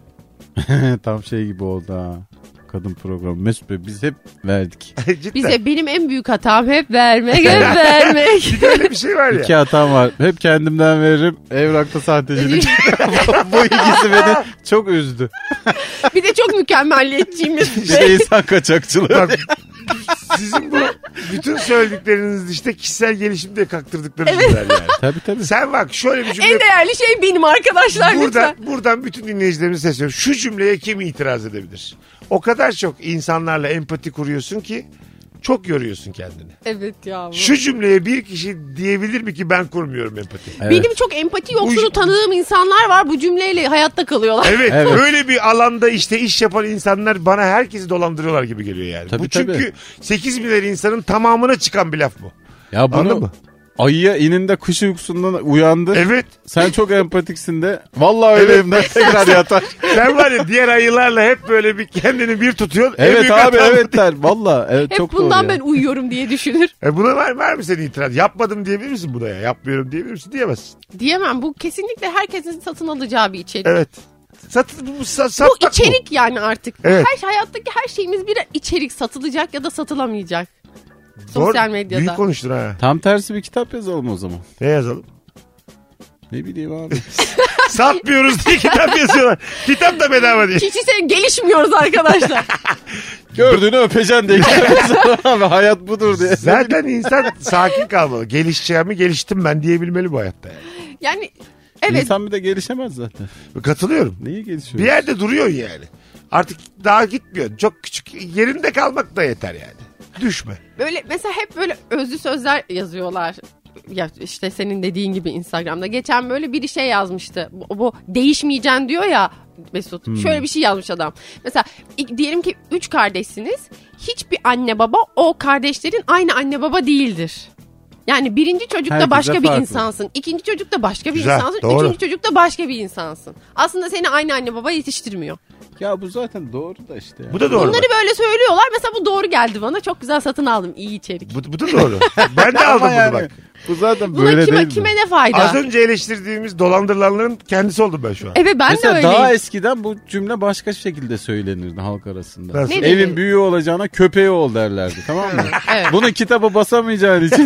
Tam şey gibi oldu ha. Kadın programı. Mesut Bey biz hep verdik. Cidden. Bize benim en büyük hatam hep vermek, hep vermek. Bir de öyle bir şey var ya. 2 hatam var. Hep kendimden veririm. Evrakta sahtecilik. Bu ikisi beni çok üzdü. Bir de çok mükemmelliyetçiymiş. Bir de insan kaçakçılığı. Bak, sizin bu bütün söyledikleriniz işte kişisel gelişim diye kaktırdıklarınız güzel yani. Tabii. Sen bak şöyle bir cümle. En değerli şey benim arkadaşlar lütfen. Buradan bütün dinleyicilerimize sesleniyorum. Şu cümleye kim itiraz edebilir? O kadar çok insanlarla empati kuruyorsun ki çok yoruyorsun kendini. Evet ya. Şu cümleye bir kişi diyebilir mi ki ben kurmuyorum empati? Evet. Benim çok empati yoksunu tanıdığım insanlar var, bu cümleyle hayatta kalıyorlar. Evet, Evet. öyle bir alanda işte iş yapan insanlar bana herkesi dolandırıyorlar gibi geliyor yani. Tabii, bu çünkü tabii. 8 milyar insanın tamamına çıkan bir laf bu. Ya Anladın bunu mı? ayıya ininde kış uykusundan uyandı. Evet. Sen çok empatiksin de. Vallahi öyleyim de tekrar yatar. Sen var ya diğer ayılarla hep böyle bir kendini bir tutuyorsun. En Evet büyük abi hatam bu. evet der. Vallahi evet Hep çok doğru. bundan ya. ben uyuyorum diye düşünür. Buna var mı senin itiraz? Yapmadım diyebilir misin buna ya? Yapmıyorum diyebilir misin? Diyemezsin. Diyemem, bu kesinlikle herkesin satın alacağı bir içerik. Evet. Bu Satmak içerik yani artık. Evet. Hayattaki her şeyimiz bir içerik, satılacak ya da satılamayacak. Doğru. Sosyal medyada. Büyük konuştun ha. Tam tersi bir kitap yazalım o zaman. Ne yazalım? Ne bileyim abi. Satmıyoruz diye kitap yazıyorlar. Kitap da bedava değil. Kişisel gelişmiyoruz arkadaşlar. Gördüğünü öpeceksin diye kitap yazalım abi. Hayat budur diye. Zaten insan sakin kalmalı. Gelişeceğimi geliştim ben diyebilmeli bu hayatta. Yani evet. İnsan bir de gelişemez zaten. Katılıyorum. Niye gelişiyor? Bir yerde duruyorsun yani. Artık daha gitmiyorsun. Çok küçük yerinde kalmak da yeter yani. Düşme. Böyle mesela hep böyle özlü sözler yazıyorlar. Ya işte senin dediğin gibi Instagram'da. Geçen böyle biri şey yazmıştı. Bu değişmeyeceksin diyor ya Mesut. Şöyle bir şey yazmış adam. Mesela diyelim ki 3 kardeşsiniz. Hiçbir anne baba o kardeşlerin aynı anne baba değildir. Yani birinci çocukta Herkese başka bir farklı. insansın. İkinci çocukta başka bir Güzel, insansın. doğru. Üçüncü çocukta başka bir insansın. Aslında seni aynı anne baba yetiştirmiyor. Ya bu zaten doğru da işte. Ya. Bu da doğru. Bunları böyle söylüyorlar. Mesela bu doğru geldi bana. Çok güzel satın aldım. İyi içerik. Bu da doğru. Ben de aldım Ama bunu yani, bak. bu zaten Buna böyle değil kime mi? ne fayda? Az önce eleştirdiğimiz dolandırılanların kendisi oldum ben şu an. Evet, ben de Mesela öyleyim. daha eskiden bu cümle başka şekilde söylenirdi halk arasında. Nasıl? Ne Evin dedi? büyüğü olacağına köpeği ol derlerdi, tamam mı? Evet. Bunu kitaba basamayacağın için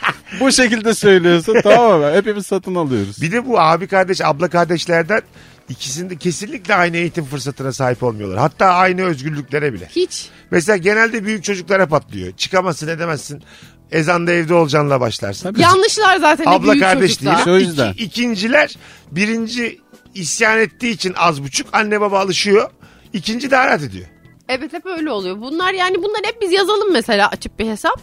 bu şekilde söylüyorsun, tamam mı? Hepimiz satın alıyoruz. Bir de bu abi kardeş abla kardeşlerden ikisinde kesinlikle aynı eğitim fırsatına sahip olmuyorlar. Hatta aynı özgürlüklere bile. Hiç. Mesela genelde büyük çocuklara patlıyor. Çıkamazsın edemezsin. Ezanda evde olacaksınla başlarsın. Yanlışlar zaten de Abla büyük kardeş değil. çocuklar. O yüzden. İkinciler birinci isyan ettiği için az buçuk anne baba alışıyor. İkinci daha rahat ediyor. Evet, hep öyle oluyor. Bunlar hep biz yazalım mesela, açıp bir hesap.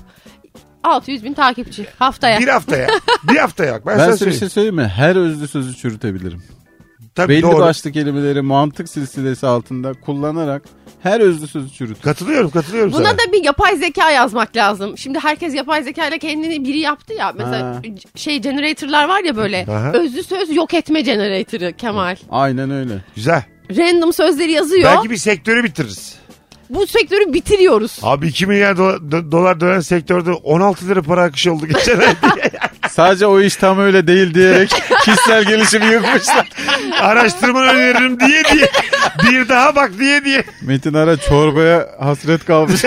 600.000 takipçi haftaya. Bir haftaya. Bir haftaya bak. Ben Ben sana size bir söyleyeyim. şey söyleyeyim mi? Her özlü sözü çürütebilirim. Tabii Belli doğru. başlı kelimeleri mantık silsilesi altında kullanarak her özlü sözü çürütürüm. Katılıyorum sana. Buna da bir yapay zeka yazmak lazım. Şimdi herkes yapay zeka ile kendini biri yaptı ya. Mesela Ha. generator'lar var ya böyle. Aha. Özlü söz yok etme generator'ı Kemal. Aynen öyle. Güzel. Random sözleri yazıyor. Belki bir sektörü bitiririz. Bu sektörü bitiriyoruz. Abi 2 milyar dolar dönen sektörde 16 lira para akışı oldu geçen ay. Sadece o iş tam öyle değil diyerek kişisel gelişimi yıkmışlar. Araştırmanı öneririm diye. Bir daha bak diye. Metin Ara çorbaya hasret kalmış.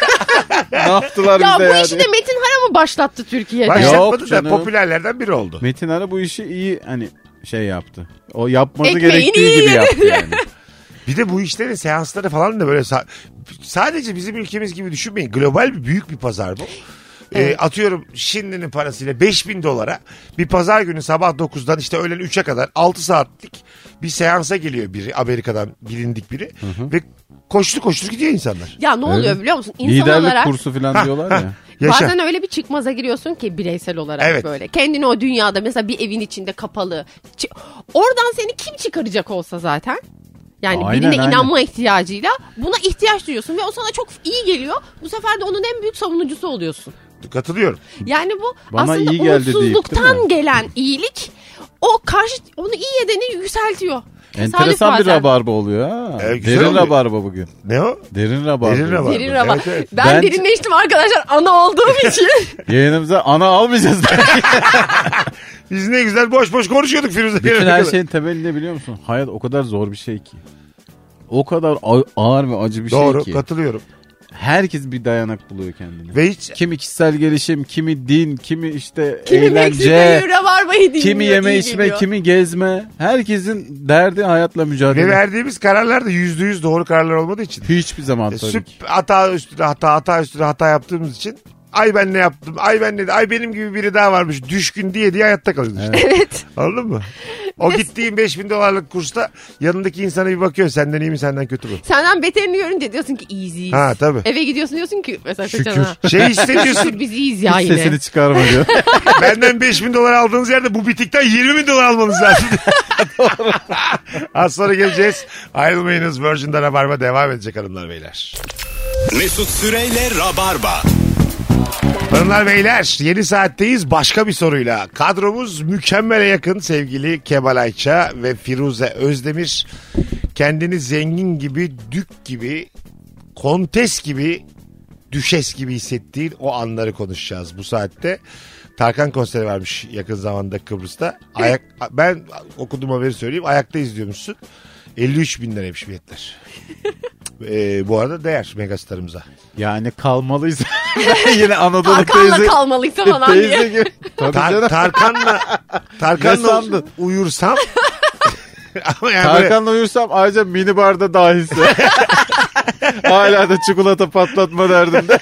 Ne yaptılar Ya bize bu ya işi diye. de Metin Hara mı başlattı Türkiye'de? Başlatmadı da canım. popülerlerden biri oldu. Metin Ara bu işi iyi hani şey yaptı. O yapması Ekmeğini gerektiği iyi gibi yedi. yaptı yani. Bir de bu işlerin seansları falan da böyle sadece bizim ülkemiz gibi düşünmeyin. Global büyük bir pazar bu. Evet. Atıyorum şimdinin parasıyla 5.000 dolara bir pazar günü sabah 9'dan işte öğlen 3'e kadar 6 saatlik bir seansa geliyor biri, Amerika'dan bilindik biri ve koştur gidiyor insanlar. Ya ne oluyor Öyle. biliyor musun? İnsan Liderlik olarak kursu falan diyorlar ya. Yaşa. bazen öyle bir çıkmaza giriyorsun ki bireysel olarak Evet. böyle. Kendini o dünyada mesela bir evin içinde kapalı. Oradan seni kim çıkaracak olsa zaten. Yani Aynen, birine aynen. inanma ihtiyacıyla buna ihtiyaç duyuyorsun ve o sana çok iyi geliyor. Bu sefer de onun en büyük savunucusu oluyorsun. Katılıyorum. Yani bu Bana aslında iyi geldi deyip, değil umutsuzluktan mi? gelen iyilik o onu iyi edeni yükseltiyor. Enteresan bir rabarba oluyor ha. güzel Derin oluyor. rabarba bugün. Ne o? Derin rabarba. Derin rabarba. Derin rabarba. Evet. Ben derinleştim arkadaşlar ana olduğum için. Yayınımıza ana almayacağız. Biz ne güzel boş boş konuşuyorduk Firuze. Bütün her şeyin temeli ne biliyor musun? Hayat o kadar zor bir şey ki. O kadar ağır ve acı bir Doğru, şey ki. katılıyorum. Herkes bir dayanak buluyor kendine. Ve hiç Kimi kişisel gelişim, kimi din, kimi işte Kimi eğlence, Meksika'yı rabarbayı dinliyor. kimi yeme iyi içme, geliyor. kimi gezme. Herkesin derdi hayatla mücadele. ve verdiğimiz kararlar da %100 doğru kararlar olmadığı için. Hiçbir zaman tabii ki. Hata üstüne hata üstüne hata yaptığımız için ay ben ne yaptım, ay ben ne, ay benim gibi biri daha varmış, düşkün diye hayatta kalıyoruz işte. Evet. Anladın mı? O gittiğin $5,000 kursta yanındaki insana bir bakıyor, senden iyi mi senden kötü mü? Senden beterini görünce diyorsun ki easy. Ha tabii. Eve gidiyorsun diyorsun ki mesela Şükür. kocana. Şey hissediyorsun. Şükür biz iyiyiz ya Hiç yine. sesini çıkarma diyor. Benden $5,000 aldığınız yerde bu bitikten $20,000 almanız lazım. Az sonra geleceğiz. Ayrılmayınız. Virgin'de Rabarba devam edecek hanımlar beyler. Mesut Süreyle Rabarba. Hanımlar beyler yeni saatteyiz başka bir soruyla. Kadromuz mükemmele yakın sevgili Kemal Ayça ve Firuze Özdemir. Kendini zengin gibi, dük gibi, kontes gibi, düşes gibi hissettiğin o anları konuşacağız bu saatte. Tarkan konseri varmış yakın zamanda Kıbrıs'ta. Ben okuduğum haberi söyleyeyim. Ayakta izliyormuşsun. 53.000 liraymış biletler. Bu arada değer megastarımıza. Yani kalmalıyız. Yine Anadolu Tarkan'la teyze. kalmalıysa falan Teyze diye. gibi. Tabii canım. Tarkan'la Ne sandın? uyursam ama yani böyle- Tarkan'la uyursam ayrıca minibarda dahilse. Hala da çikolata patlatma derdinde.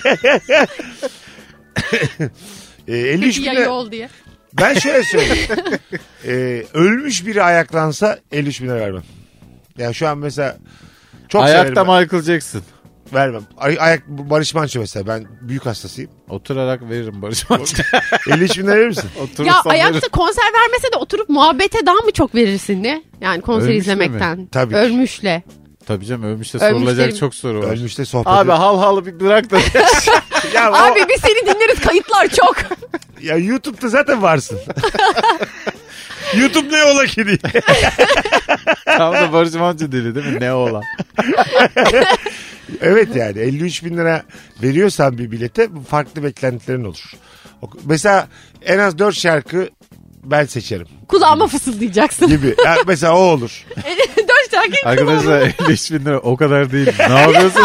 53 bin Ya lira. yol diye. Ben şöyle söyleyeyim. Ölmüş biri ayaklansa 53 bin lira vermem. Yani şu an mesela çok Ayakta severim ben. Michael Jackson. Vermem. Barış Manço mesela ben büyük hastasıyım. Oturarak veririm Barış Manço. 53 bin lira verir misin? Ya Oturursam ayakta veririm. konser vermese de oturup muhabbete daha mı çok verirsin ne? Yani konser Ölmüşle izlemekten. mi? Tabii ki. Ölmüşle. Tabii canım ölmüşte Ölmüşlerin- sorulacak çok soru var. Ölmüşte sohbet Abi hal halı bir bırak da. ya, Abi biz seni dinleriz kayıtlar çok. ya YouTube'da zaten varsın. YouTube ne ola ki diye. Tam da Barış Manço dili değil mi? Ne olan? Evet yani 53 bin lira veriyorsan bir bilete farklı beklentilerin olur. Mesela en az 4 şarkı ben seçerim Kulağıma fısıldayacaksın. gibi. Yani mesela o olur. 4 şarkı. Arkadaşlar 55 bin lira o kadar değil. Ne yapıyorsun?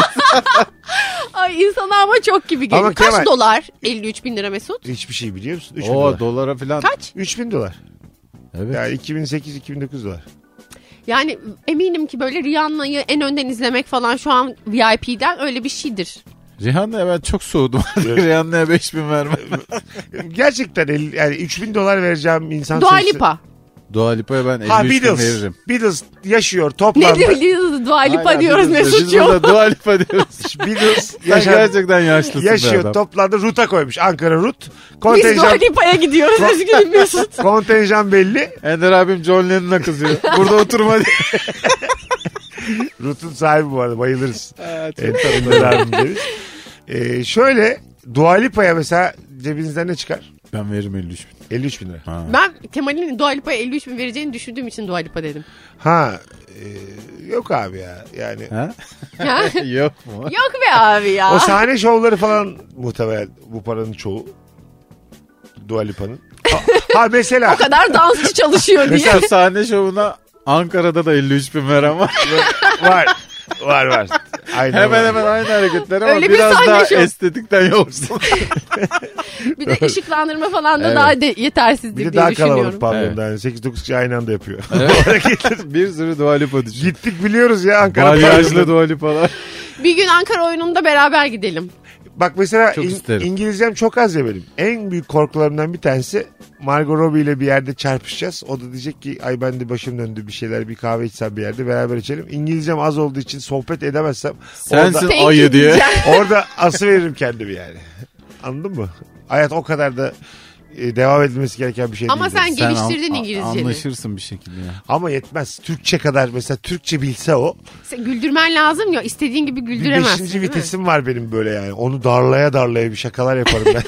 Ay insana ama çok gibi geliyor. Ama Kaç Kemal- dolar 53 bin lira Mesut? Hiçbir şey biliyor musun? 3 bin O dolar. dolara falan. Kaç? 3 bin dolar. Evet. Yani 2008-2009 dolar. Yani eminim ki böyle Rihanna'yı en önden izlemek falan şu an VIP'den öyle bir şeydir. Rihanna'ya ben çok soğudum. Rihanna'ya 5 bin vermem. Gerçekten yani 3 bin dolar vereceğim insan Dua sayısı- Lipa. Dua Lipa'ya ben 53 Ha bin Beatles. veririm. Beatles yaşıyor Ne toplamda. diyoruz Dua Lipa Hala diyoruz Beatles. Biz Mesut'cuğum. burada Dua Lipa diyoruz. Beatles Sen gerçekten yaşlısın be yaşıyor adam. toplandı ruta koymuş. Ankara rut. Biz Dua Kontenjan, Lipa'ya gidiyoruz üzgünüm Mesut. kontenjan belli. Ender abim John Lennon'a kızıyor. Burada oturma diye. Rutun sahibi bu arada bayılırız. Evet. Ender abim deriz. Şöyle Dua Lipa'ya mesela cebinizden ne çıkar? Ben veririm 53 bin. 53 bin lira. Ha. Ben Kemal'in Dua Lipa'ya 53 bin vereceğini düşündüğüm için Dua Lipa dedim. Yok abi ya yani. Ha? Ha? Yok mu? Yok be abi ya. O sahne şovları falan muhtemelen bu paranın çoğu. Dua Lipa'nın. Ha mesela. O kadar dansçı çalışıyor diye. Mesela sahne şovuna Ankara'da da 53 bin veren var. var. Aynen Hemen var. hemen aynı hareketler ama Öyle bir biraz sahne daha şov. estetikten yoksun. Bir de ışıklandırma falan da Evet. daha yetersizdir Bir de diye daha kalabalık düşünüyorum. pavyonda. Yani 8-9 kişi aynı anda yapıyor. Bir sürü Dua Lipa düşün. Gittik biliyoruz ya Ankara Balyajlı pavyonunda. Dua Lipa'lar. Bir gün Ankara oyununda beraber gidelim. Bak mesela Çok isterim. İngilizcem çok az ya benim. En büyük korkularımdan bir tanesi Margot Robbie ile bir yerde çarpışacağız. O da diyecek ki ay ben de başım döndü bir şeyler bir kahve içsem bir yerde beraber içelim. İngilizcem az olduğu için sohbet edemezsem Sensin Thank you ayı diye. diyeceğim. orada ası veririm kendimi yani. Anladın mı? Hayat o kadar da devam edilmesi gereken bir şey Ama değil. sen geliştirdin İngilizceni. Anlaşırsın bir şekilde ya. Ama yetmez. Türkçe kadar mesela Türkçe bilse o. Sen güldürmen lazım ya. İstediğin gibi Bir güldüremezsin. 5. değil mi? vitesim var benim böyle yani. Onu darlaya bir şakalar yaparım ben.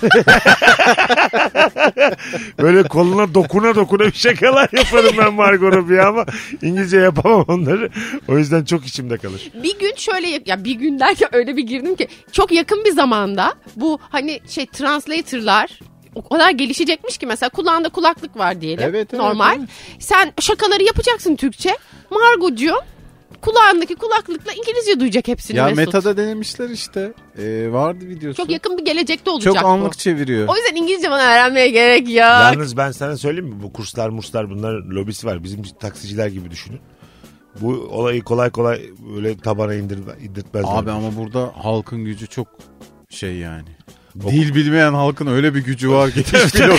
Böyle koluna dokuna bir şakalar yaparım ben Margot Robbie ama İngilizce yapamam onları. O yüzden çok içimde kalır. Bir gün şöyle ya bir gün derken öyle bir girdim ki çok yakın bir zamanda bu hani translator'lar o kadar gelişecekmiş ki mesela kulağında kulaklık var diyelim. Evet, normal. evet. Sen şakaları yapacaksın Türkçe. Margocuğum kulağındaki kulaklıkla İngilizce duyacak hepsini Ya Mesut. Meta'da denemişler işte. Vardı videosu. Çok yakın bir gelecekte olacak Çok bu. anlık çeviriyor. O yüzden İngilizce bana öğrenmeye gerek yok. Yalnız ben sana söyleyeyim mi? Bu kurslar bunların lobisi var. Bizim taksiciler gibi düşünün. Bu olayı kolay böyle tabana indirtmezler. Abi ama burada halkın gücü çok şey yani. Dil bilmeyen halkın öyle bir gücü var ki.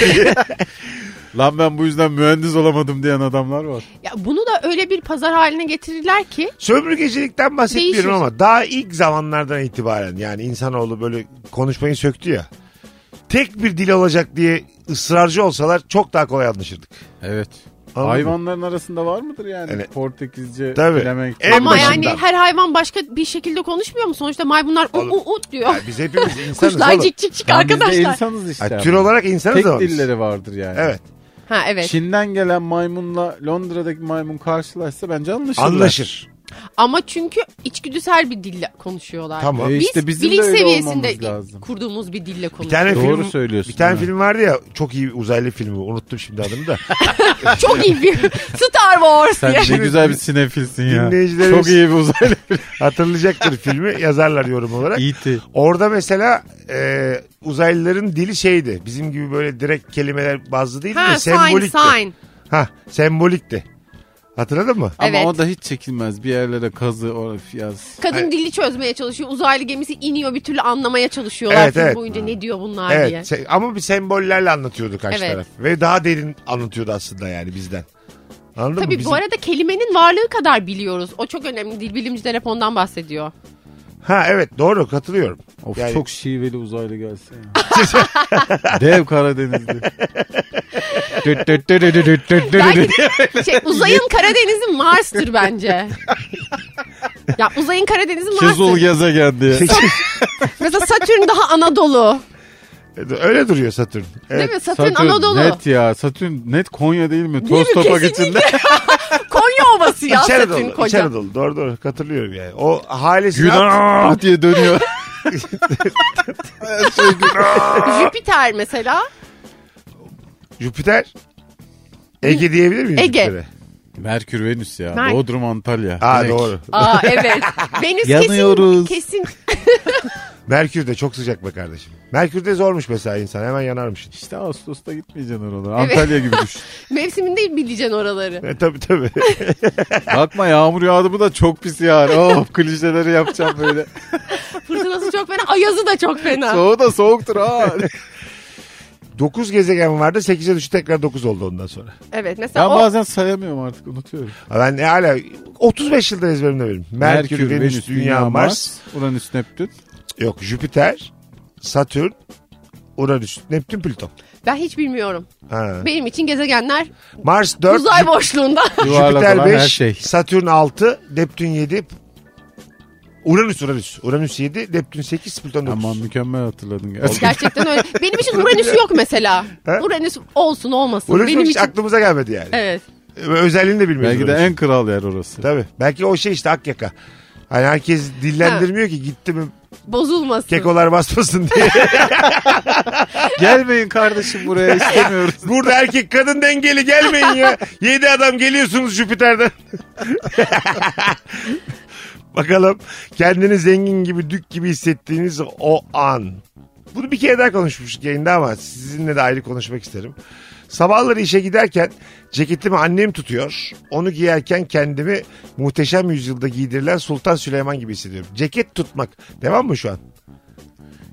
Lan ben bu yüzden mühendis olamadım diyen adamlar var. Ya bunu da öyle bir pazar haline getirirler ki Sömürgecilikten bahsetmiyorum Değişir. ama daha ilk zamanlardan itibaren yani insanoğlu böyle konuşmayı söktü ya. Tek bir dil olacak diye ısrarcı olsalar çok daha kolay anlaşırdık. Evet. Anladın Hayvanların arasında var mıdır yani? Evet. Portekizce Tabii. bilemek. En ama başından. yani her hayvan başka bir şekilde konuşmuyor mu? Sonuçta maymunlar diyor. Yani biz hepimiz insanız Kuşlar oğlum. cik cik cik Tamam, biz de arkadaşlar. insanız işte. Yani tür olarak insanız Tek ama biz. dilleri vardır yani. Evet. Ha evet. Çin'den gelen maymunla Londra'daki maymun karşılaşsa bence anlaşırlar. Anlaşır. Ama çünkü içgüdüsel bir dille konuşuyorlar. Tamam. E Biz işte bizim bilinç de öyle seviyesinde olmamız lazım. kurduğumuz bir dille Bir konuşuyoruz. tane Doğru film, söylüyorsun. bir tane ha. film vardı ya çok iyi uzaylı filmi. Unuttum şimdi adını da. Çok iyi bir Star Wars Sen diye. ne güzel bir sinefilsin ya. Dinleyicilerimiz- Çok iyi bir uzaylı. Hatırlayacaktır filmi. Yazarlar yorum olarak. E.T. Orada mesela uzaylıların dili şeydi. Bizim gibi böyle direkt kelimeler bazlı değil Ha de sembolikti. sign. Sembolikti. Hatırladın mı? Ama Evet. o da hiç çekilmez. Bir yerlere kazı yaz. Kadın dili çözmeye çalışıyor. Uzaylı gemisi iniyor bir türlü anlamaya çalışıyorlar. Evet, Film evet. boyunca ne diyor bunlar diye. Evet. Ama bir sembollerle anlatıyordu karşı Evet. taraf. Ve daha derin anlatıyordu aslında yani bizden. Anladın Tabii mı? bu arada kelimenin varlığı kadar biliyoruz. O çok önemli. Dil bilimciler hep ondan bahsediyor. Ha evet doğru katılıyorum. Of Yani- çok şiveli uzaylı gelse ya. Dev Karadenizli. Belki uzayın Karadeniz'i Mars'tır bence. Ya uzayın Karadeniz'i Kızıl Mars'tır. gezegen diye. Mesela Satürn daha Anadolu. Öyle duruyor Satürn. Evet. Değil mi? Satürn Anadolu. net ya. Satürn net Konya değil mi? Değil Toz mi? topak Kesinlikle. içinde. Konya Ovası ya İç Satürn Anadolu, İç koca. Anadolu. Doğru katılıyorum yani. O halesini Günah diye dönüyor. Jüpiter mesela. Jüpiter. Ege diyebilir miyiz Ege. Jüpiter'e? Merkür Venüs ya. Mer- Bodrum Antalya. Ha Direkt. doğru. Aa evet. Venüs Yanıyoruz. kesin. Merkür de çok sıcak be kardeşim. Merkür'de zormuş mesela insan. Hemen yanarmışsın. İşte Ağustos'ta gitmeyeceksin oralara. Evet. Antalya gibi düşün. Mevsiminde bileceksin oraları. Tabii. Bakma yağmur yağdı bu da çok pis yağar. Oh klişeleri yapacağım böyle. Fırtınası çok fena. Ayazı da çok fena. Soğuğu da soğuktur ha. 9 gezegen vardı. 8'e düştü tekrar 9 oldu ondan sonra. Evet mesela Ben o bazen sayamıyorum artık unutuyorum. Ben hala 35 yıldır ezberimde benim. Merkür, Venüs, Dünya, Mars. Uranüs, Neptün. Yok Jüpiter, Satürn, Uranüs, Neptün, Plüton. ben hiç bilmiyorum. Ha. Benim için gezegenler Mars 4, uzay boşluğunda. Yuvarlak Jüpiter olan her 5, şey. Satürn 6, Neptün 7, Uranüs. Uranüs 7, Neptün 8, Plüton 9. Aman mükemmel hatırladın gerçekten. Gerçekten öyle. Benim için Uranüs yok mesela. Ha? Uranüs olsun olmasın. Uranüs Benim hiç için aklımıza gelmedi yani. evet. Özelliğini de bilmiyoruz. Belki de Uranüs'ün. en kral yer orası. Tabii. Belki o şey işte Akyaka. Hani herkes dillendirmiyor ki gitti mi Bozulmasın. kekolar basmasın diye. Gelmeyin kardeşim buraya istemiyoruz. Burada erkek kadın dengeli gelmeyin ya. 7 adam geliyorsunuz Jüpiter'den. Bakalım kendini zengin gibi dük gibi hissettiğiniz o an. Bunu bir kere daha konuşmuştuk yayında ama sizinle de ayrı konuşmak isterim. Sabahları işe giderken ceketimi annem tutuyor. Onu giyerken kendimi Muhteşem Yüzyıl'da giydirilen Sultan Süleyman gibi hissediyorum. Ceket tutmak. Devam mı şu an?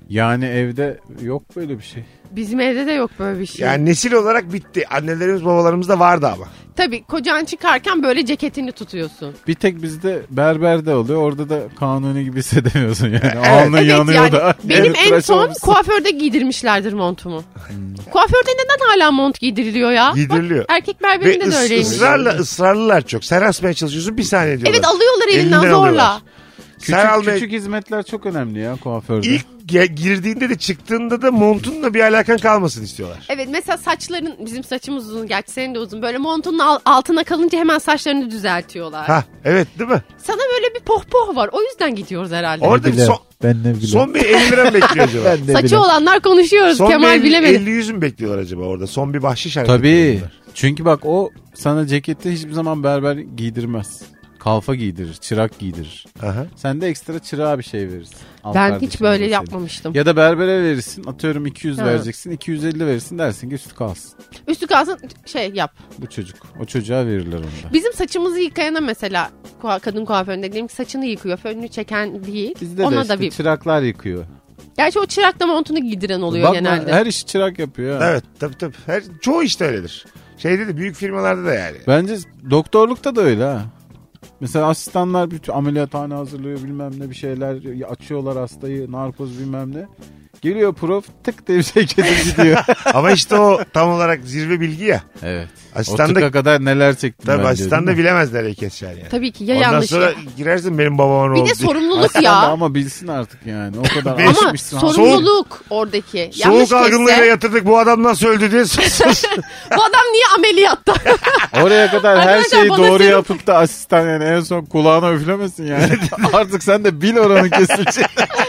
Yani evde yok böyle bir şey. Bizim evde de yok böyle bir şey. Yani nesil olarak bitti. Annelerimiz babalarımız da vardı ama. Tabii kocan çıkarken böyle ceketini tutuyorsun. Bir tek bizde berberde oluyor. Orada da kanuni gibi hissedemiyorsun yani. Evet. Alnın Evet yanıyor yani da. benim Evet, en tıraş son olmuşsun. kuaförde giydirmişlerdir montumu. Kuaförde neden hala mont giydiriliyor ya? Giydiriliyor. Bak, erkek Ve berberinde de öyleymiş. ısrarlılar çok. Sen asmaya çalışıyorsun, bir saniye diyorlar. Evet, alıyorlar elinden zorla. alıyorlar. Sen Küçük hizmetler çok önemli ya kuaförde. İlk girdiğinde de çıktığında da montunla bir alakan kalmasın istiyorlar. Evet, mesela saçların, bizim saçımız uzun, gerçi senin de uzun, böyle montunun altına kalınca hemen saçlarını düzeltiyorlar. Ha evet, değil mi? Sana böyle bir pohpoh var, o yüzden gidiyoruz herhalde. Orada Ben ne bileyim. son bir 50 lira mı bekliyor acaba? Ben ne Saçı bileyim. olanlar konuşuyoruz, Son Kemal bir bilemedi. 50-100 mü bekliyorlar acaba orada? Son bir bahşiş hareketi. Tabii. yapıyorlar. Çünkü bak o sana ceketi hiçbir zaman berber giydirmez. Kalfa giydirir, çırak giydirir. Aha. Sen de ekstra çırağa bir şey verirsin. Al Ben kardeşim hiç böyle deseydin. yapmamıştım. Ya da berbere verirsin. Atıyorum 200 Ha. vereceksin. 250 verirsin, dersin ki üstü kalsın. Üstü kalsın yap. Bu çocuk. O çocuğa verirler onu da. Bizim saçımızı yıkayana mesela kadın kuaföründe diyelim ki saçını yıkıyor, fönünü çeken değil. Bizde Ona de da işte bir. çıraklar yıkıyor. Gerçi o çırak da montunu giydiren oluyor Bakma, genelde. her işi çırak yapıyor. Ha. Evet tabii. Çoğu işte öyledir. Şeyde de, büyük firmalarda da yani. Bence doktorlukta da öyle ha. Mesela asistanlar bütün ameliyathane hazırlıyor, bilmem ne bir şeyler açıyorlar hastayı, narkoz bilmem ne. Geliyor prof, tık diye bir şey kesip gidiyor. Ama işte o tam olarak zirve bilgi ya. Evet. Asistan O da, tıka kadar neler çektim tabii ben diyor, asistan da değil mi? bilemez nereye keseceksin yani. Tabii ki ya Ondan yanlış sonra ya. girersin benim babama ne Bir oldu de diye. sorumluluk Asistan da ya. ama bilsin artık yani. O kadar Ama Ama alışmışsın. sorumluluk oradaki. Soğuk Yanlış algınlığıyla kesse, yatırdık, bu adam nasıl öldü diye sus. bu adam niye ameliyatta? Oraya kadar her Arkadaşlar şeyi bana doğru serum- yapıp da asistan yani en son kulağına üflemesin yani. Artık sen de bil oranın kesilecek.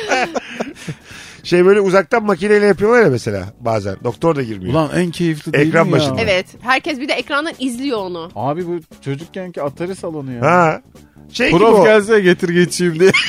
Şey, böyle uzaktan makineyle yapıyorlar ya mesela bazen. Doktor da girmiyor. Ulan en keyifli değil Ekran mi ya? başında. Evet, herkes bir de ekrandan izliyor onu. Abi bu çocukkenki Atari salonu ya. Ha. Şey gibi Prof o. gelse getir geçeyim diye.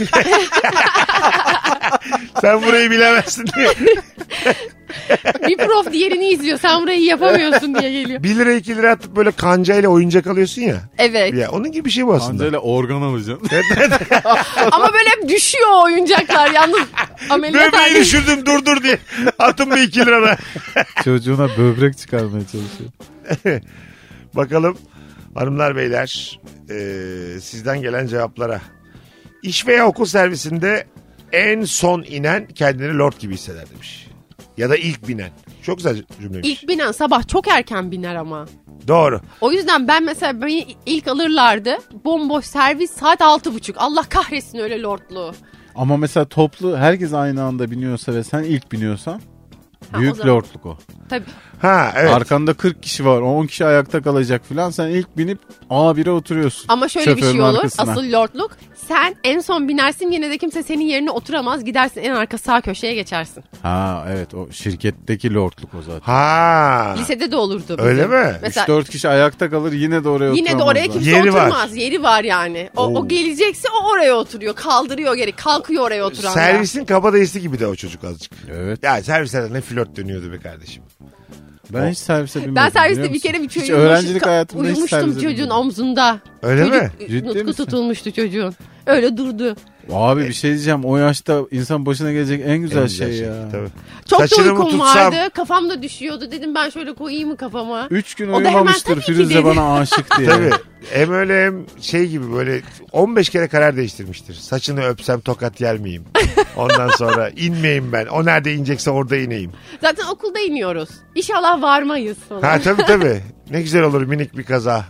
Sen burayı bilemezsin diye. Bir prof diğerini izliyor, sen burayı yapamıyorsun diye geliyor. 1 lira 2 lira atıp böyle kancayla oyuncak alıyorsun ya. Evet. Ya onun gibi bir şey bu aslında. Ancayla organ alacaksın. Ama böyle hep düşüyor o oyuncaklar yalnız. Ameliyat Böbreği halinde. düşürdüm, dur diye. Atın bir 2 lira. Çocuğuna böbrek çıkarmaya çalışıyor. Bakalım hanımlar beyler, sizden gelen cevaplara. İş veya okul servisinde en son inen kendini lord gibi hisseder demiş. Ya da ilk binen. Çok güzel cümleymiş. İlk binen sabah çok erken biner ama. Doğru. O yüzden ben mesela beni ilk alırlardı. Bomboş servis saat 6.30. Allah kahretsin öyle lordluğu. Ama mesela toplu herkes aynı anda biniyorsa ve sen ilk biniyorsan Ha, büyük o zaman. lordluk o. Tabii. Ha evet. Arkanda 40 kişi var, 10 kişi ayakta kalacak filan. Sen ilk binip A1'e oturuyorsun. Ama şöyle bir Şoförün şey olur. arkasına. Asıl lordluk. Sen en son binersin, yine de kimse senin yerine oturamaz. Gidersin en arka sağ köşeye geçersin. Ha evet, o şirketteki lordluk o zaten. Ha. Lisede de olurdu. bizim. Öyle mi? Mesela 3-4 kişi ayakta kalır, yine de oraya yine de oturamazlar. oraya kimse Yeri var. oturmaz. Yeri var yani. O gelecekse o oraya oturuyor. Kaldırıyor geri. Kalkıyor oraya oturan. Servisin kabadayısı gibi de o çocuk azıcık. Evet. Ya servislerde ne flört dönüyordu be kardeşim. Ben hiç servise binmedim. Ben serviste biliyor bir kere bir musun? çocuğun Hiç öğrencilik hayatımda hiç uyumuştum servise çocuğun binmedim. omzunda. Öyle Çocuk, mi? Ciddi nutku misin? tutulmuştu çocuğun. Öyle durdu. Abi bir şey diyeceğim, o yaşta insan başına gelecek en güzel, En şey ya. Tabii. Çok Saçını da mı uykum tutsam? vardı. Kafam da düşüyordu. Dedim ben şöyle koyayım mı kafama? 3 gün O da hemen uyumamıştır tabii ki Firuze dedi. bana aşık diye. Tabii. Hem öyle hem şey gibi böyle 15 kere karar değiştirmiştir. Saçını öpsem tokat yer miyim? Ondan sonra inmeyeyim ben. O nerede inecekse orada ineyim. Zaten okulda iniyoruz. İnşallah varmayız falan. Ha tabii. Ne güzel olur minik bir kaza.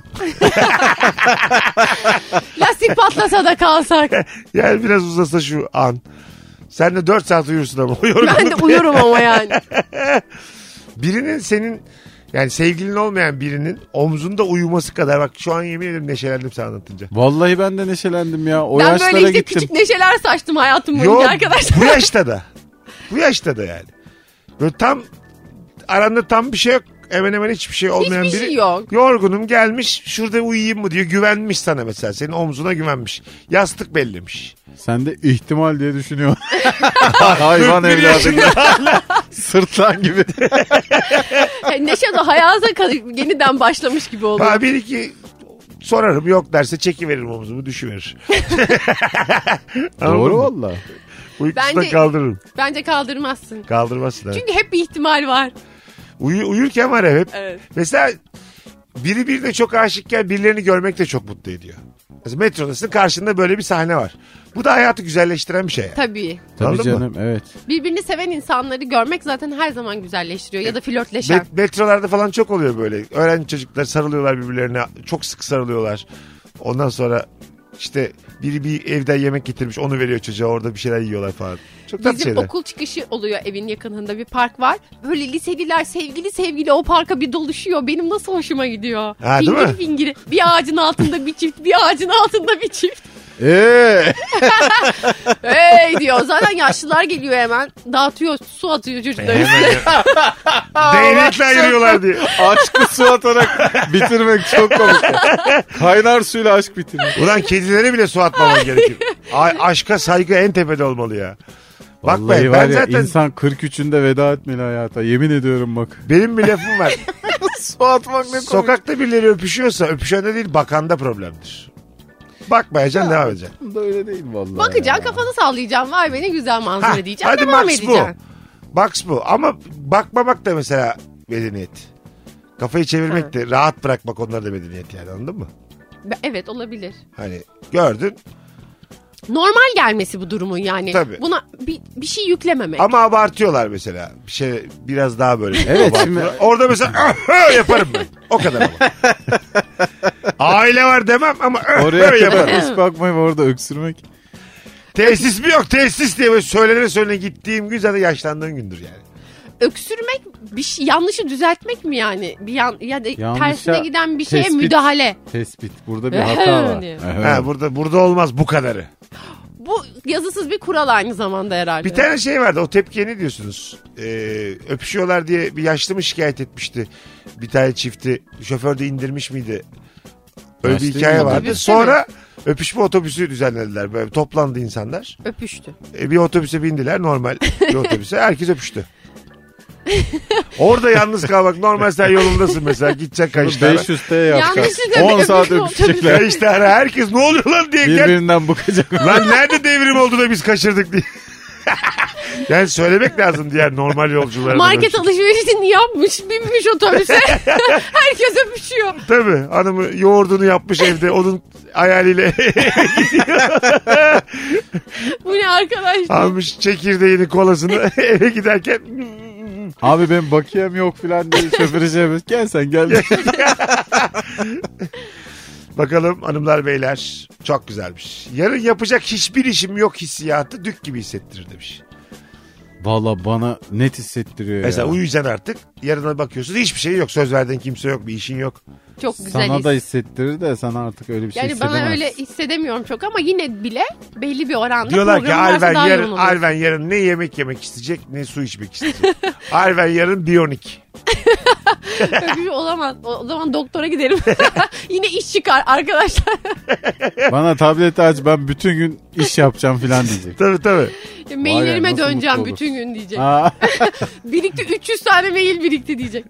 Lastik patlasa da kalsak. Yani biraz uzasa şu an. Sen de 4 saat uyursun ama. Ben de uyurum ama yani. Birinin senin, yani sevgilin olmayan birinin omzunda uyuması kadar, bak şu an yemin ederim neşelendim sen anlatınca. Vallahi ben de neşelendim ya. O Ben yaşlara böyle işte gittim. küçük neşeler saçtım hayatım boyunca Yok arkadaşlar. bu yaşta da. Bu yaşta da yani. Böyle tam aranda tam bir şey yok. Hemen hemen hiçbir şey olmayan Hiçbir biri. şey yok. Yorgunum gelmiş, şurada uyuyayım mı diyor. Güvenmiş sana mesela. Senin omzuna güvenmiş. Yastık bellemiş. Sen de ihtimal diye düşünüyorsun. Hayvan 41 evladı gibi. yaşında. Sırtlan gibi. Neşe de hayata yeniden başlamış gibi oldu. Ha, bir iki sorarım, yok derse çekiveririm omzumu, düşüverir. Anladın Doğru mı? valla. Uykusunda Bence- kaldırırım. Bence kaldırmazsın. Kaldırmazsın. Evet. Çünkü hep bir ihtimal var. Uyurken var hep. Evet. Mesela biri birine çok aşıkken birilerini görmek de çok mutlu ediyor. Mesela metrodasın, karşında böyle bir sahne var. Bu da hayatı güzelleştiren bir şey. Yani. Tabii. Tabii Anladın mı? canım, evet. Birbirini seven insanları görmek zaten her zaman güzelleştiriyor. Ya da flörtleşen. Metrolarda falan çok oluyor böyle. Öğrenci çocuklar sarılıyorlar birbirlerine. Çok sık sarılıyorlar. Ondan sonra işte biri bir evden yemek getirmiş, onu veriyor çocuğa, orada bir şeyler yiyorlar falan. Çok tatlı Bizim şeyler. okul çıkışı oluyor, evin yakınında bir park var. Böyle liseliler sevgili o parka bir doluşuyor. Benim nasıl hoşuma gidiyor. Ha, değil mi? Fingir fingir. Bir ağacın altında bir çift, bir ağacın altında bir çift. Hey diyor. Zaten yaşlılar geliyor hemen. Dağıtıyor, su atıyor çocuklar üstüne. Değnekle ayırıyorlar diye. Aşkı su atarak bitirmek çok komik. Kaynar suyla aşk bitirmek. Ulan kedilere bile su atmaman gerekir. Aşka saygı en tepede olmalı ya. Bak Vallahi be, var ben ya, zaten insan 43'ünde veda etmeli hayata. Yemin ediyorum bak. benim bir lafım var. Su atmak ne komik. Sokakta birileri öpüşüyorsa öpüşende değil, bakanda problemdir. Bakmayacaksın, devam edeceksin. Da öyle değil vallahi. Bakacaksın, ya. kafanı sallayacaksın. Vay be ne güzel manzara Ha, diyeceksin. hadi Devam Max edeceksin. bu. Max bu. Ama bakmamak da mesela medeniyet. Kafayı çevirmek de, rahat bırakmak, onlar da medeniyet yani, anladın mı? Evet, olabilir. Hani gördün Normal gelmesi bu durumun yani. Tabii. Buna bir şey yüklememek. ama abartıyorlar mesela. Bir şey biraz daha böyle. Evet, abartıyorlar. şimdi- Orada mesela yaparım ben. O kadar ama. Aile var demem ama Oraya yaparım. kadar hiç bakmayıp orada öksürmek. Tesis mi yok, tesis diye böyle söylene gittiğim gün zaten yaşlandığım gündür yani. Öksürmek bir şey, yanlışı düzeltmek mi yani? Ya da Yanlışa tersine giden bir şeye tespit. müdahale. Tespit. Burada bir hata var. diyor. Evet. Ha, burada olmaz bu kadarı. Bu yazısız bir kural aynı zamanda herhalde. Bir tane şey vardı, o tepkiye ne diyorsunuz? Öpüşüyorlar diye bir yaşlı mı şikayet etmişti? Bir tane çifti şoför de indirmiş miydi? Öyle bir Yaşlı hikaye mı? vardı. Otobüste Sonra öpüşme otobüsü düzenlediler. Böyle toplandı insanlar. Öpüştü. Bir otobüse bindiler, normal bir otobüse. Herkes öpüştü. Orada yalnız kalmak normal, sen yolundasın mesela, gideceksin Kayıştağ'a. 500T yapacak. Yanlışlıkla 10 bir saat öpüşme öpüşecekler. Kayıştağ'a herkes ne oluyor lan diye gel. Birbirinden bıkacak. Lan nerede devrim oldu da biz kaçırdık diye. Yani söylemek lazım diğer normal yolculara. Market alışverişini yapmış, binmiş otobüse. Herkes öpüşüyor. Tabii, hanımı yoğurdunu yapmış evde, onun hayaliyle Bu ne arkadaş? almış çekirdeğini, kolasını eve giderken Abi benim bakiyem yok filan diye şoförü şey yapıyor. Gel sen gel. bakalım hanımlar beyler, çok güzelmiş. Yarın yapacak hiçbir işim yok hissiyatı dük gibi hissettirir demiş. Valla bana net hissettiriyor Mesela ya. uyuyacaksın artık, yarına bakıyorsun hiçbir şey yok, söz verdiğin kimse yok, bir işin yok. Çok güzel Sana his. da hissettirir de sana artık öyle bir şey Yani hissedemezsin. bana öyle hissedemiyorum çok ama yine bile belli bir oranda Diyorlar ki programın varsa Alven daha yoğun yarın, oluyor. Alven yarın ne yemek isteyecek ne su içmek isteyecek. Alven yarın biyonik. Öyle bir şey olamaz. O zaman doktora gidelim. Yine iş çıkar arkadaşlar. Bana tableti aç, ben bütün gün iş yapacağım filan diyecek. Tabii. Maillerime nasıl döneceğim mutlu bütün gün diyecek. Aa, Birikti 300 tane mail birikti diyecek.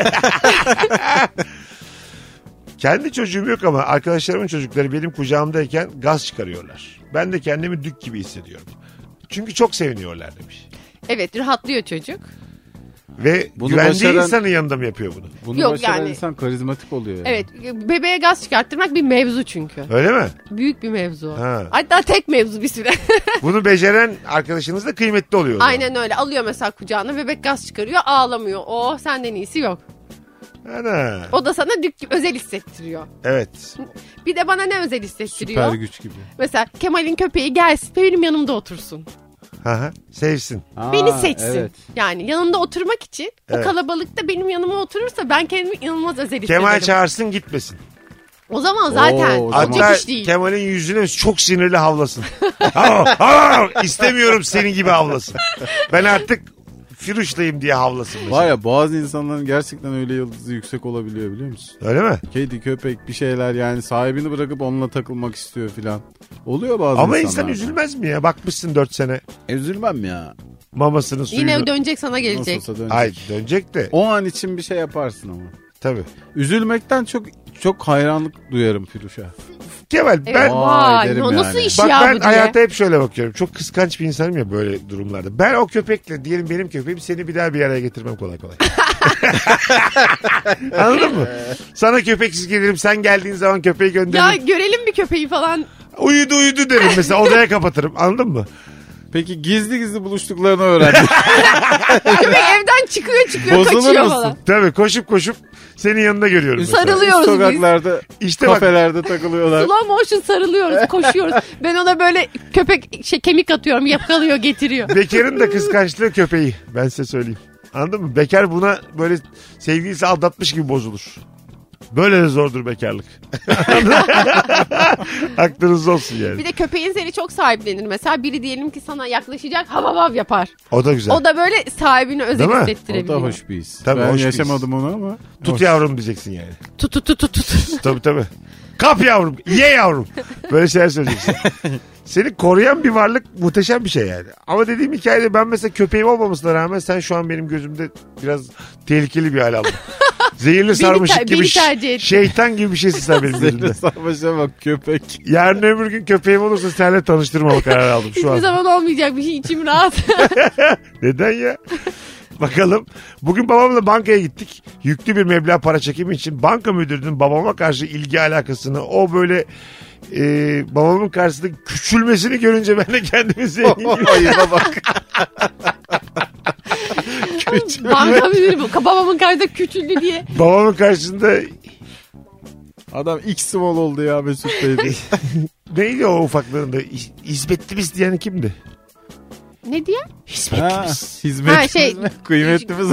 Kendi çocuğum yok ama arkadaşlarımın çocukları benim kucağımdayken gaz çıkarıyorlar. Ben de kendimi dük gibi hissediyorum. Çünkü çok seviniyorlar demiş. Evet, rahatlıyor çocuk. Ve Bunu güvendiği başaran- insanın yanında mı yapıyor bunu? bunu Yok başaran yani. insan karizmatik oluyor yani. Evet, bebeğe gaz çıkarttırmak bir mevzu çünkü. Öyle mi? Büyük bir mevzu. Ha. Hatta tek mevzu bir süre. Bunu beceren arkadaşınız da kıymetli oluyor. o zaman. Aynen öyle. Alıyor mesela kucağına, bebek gaz çıkarıyor, ağlamıyor. Oh, senden iyisi yok. Ana. O da sana dük gibi özel hissettiriyor. Evet. Bir de bana ne özel hissettiriyor? Süper güç gibi. Mesela Kemal'in köpeği gelsin ve benim yanımda otursun. Aha, sevsin. Beni seçsin. Evet. Yani yanında oturmak için Evet. o kalabalıkta benim yanıma oturursa ben kendimi inanılmaz özel hissederim. Kemal çağırsın gitmesin. O zaman zaten Oo, o olacak Hatta iş değil. Kemal'in yüzüne çok sinirli havlasın. İstemiyorum senin gibi havlasın. Ben artık Firuş'layım diye havlasın mesela. Var ya, bazı insanların gerçekten öyle yıldızı yüksek olabiliyor, biliyor musun? Öyle mi? Kedi, köpek bir şeyler, yani sahibini bırakıp onunla takılmak istiyor filan. Oluyor bazı Ama insanlarda. insan üzülmez mi ya? Bakmışsın 4 sene Üzülmem ya. mamasını suyunu. Yine dönecek sana Nasıl gelecek. olsa dönecek. Ay dönecek de. O an için bir şey yaparsın ama. Tabii. Üzülmekten çok hayranlık duyarım Firuş'a. Kemal ben Vay, derim o nasıl yani. iş bak ya ben bu diye. hayata hep şöyle bakıyorum. Çok kıskanç bir insanım ya böyle durumlarda. Ben o köpekle diyelim benim köpeğim seni bir daha bir araya getirmem kolay kolay. Anladın mı? Sana köpeksiz gelirim sen geldiğin zaman köpeği Ya gönderirim. görelim bir köpeği falan. Uyudu derim mesela odaya kapatırım anladın mı? Peki gizli buluştuklarını öğrendim. Köpek evden çıkıyor Bozulur kaçıyor musun? falan. Tabii koşup senin yanında görüyorum. mesela. Sarılıyoruz biz. Sokaklarda, İşte bak kafelerde takılıyorlar. Slow motion sarılıyoruz, koşuyoruz. Ben ona böyle köpek kemik atıyorum, yakalıyor, getiriyor. Bekarın da kıskançlığı köpeği. Ben size söyleyeyim. Anladın mı? Bekar buna böyle sevgilisi aldatmış gibi bozulur. Böyle de zordur bekarlık. Aklınız olsun yani. Bir de köpeğin seni çok sahiplenir. Mesela biri diyelim ki sana yaklaşacak, hav hav hav yapar. O da güzel. O da böyle sahibine özel Değil mi? O hissettirebiliyor. da hoş bir his. Tabii ben hoş bir his. yaşamadım onu ama. Tut hoş. yavrum diyeceksin yani. Tut. Tabii. Kap yavrum. Ye yavrum. Böyle şeyler söyleyeceksin. Seni koruyan bir varlık muhteşem bir şey yani. Ama dediğim hikayede ben mesela köpeğim olmamasına rağmen sen şu an benim gözümde biraz tehlikeli bir hal aldın. Zehirli sarmaşık gibi beni tercih ettin. şeytan gibi bir şeysin sen benim gözümde. Zehirli sarmaşa bak köpek. Yarın öbür gün köpeğim olursa seninle tanıştırmama kararı aldım şu Hiçbir an. zaman olmayacak bir şey, içim rahat. Neden ya? Bakalım. Bugün babamla bankaya gittik. Yüklü bir meblağ para çekimi için banka müdürünün babama karşı ilgi alakasını o böyle babamın karşısında küçülmesini görünce ben de kendimi zengin gibi. Ayıma bak. Banka müdürü bu. Babamın karşısında küçüldü diye. Babamın karşısında Adam X small oldu ya Mesut Bey. neydi o ufaklığında? Hizmetlimiz diyen kimdi? Ne diye? Ha, hizmet. Ha, şey- Kıymetlimiz.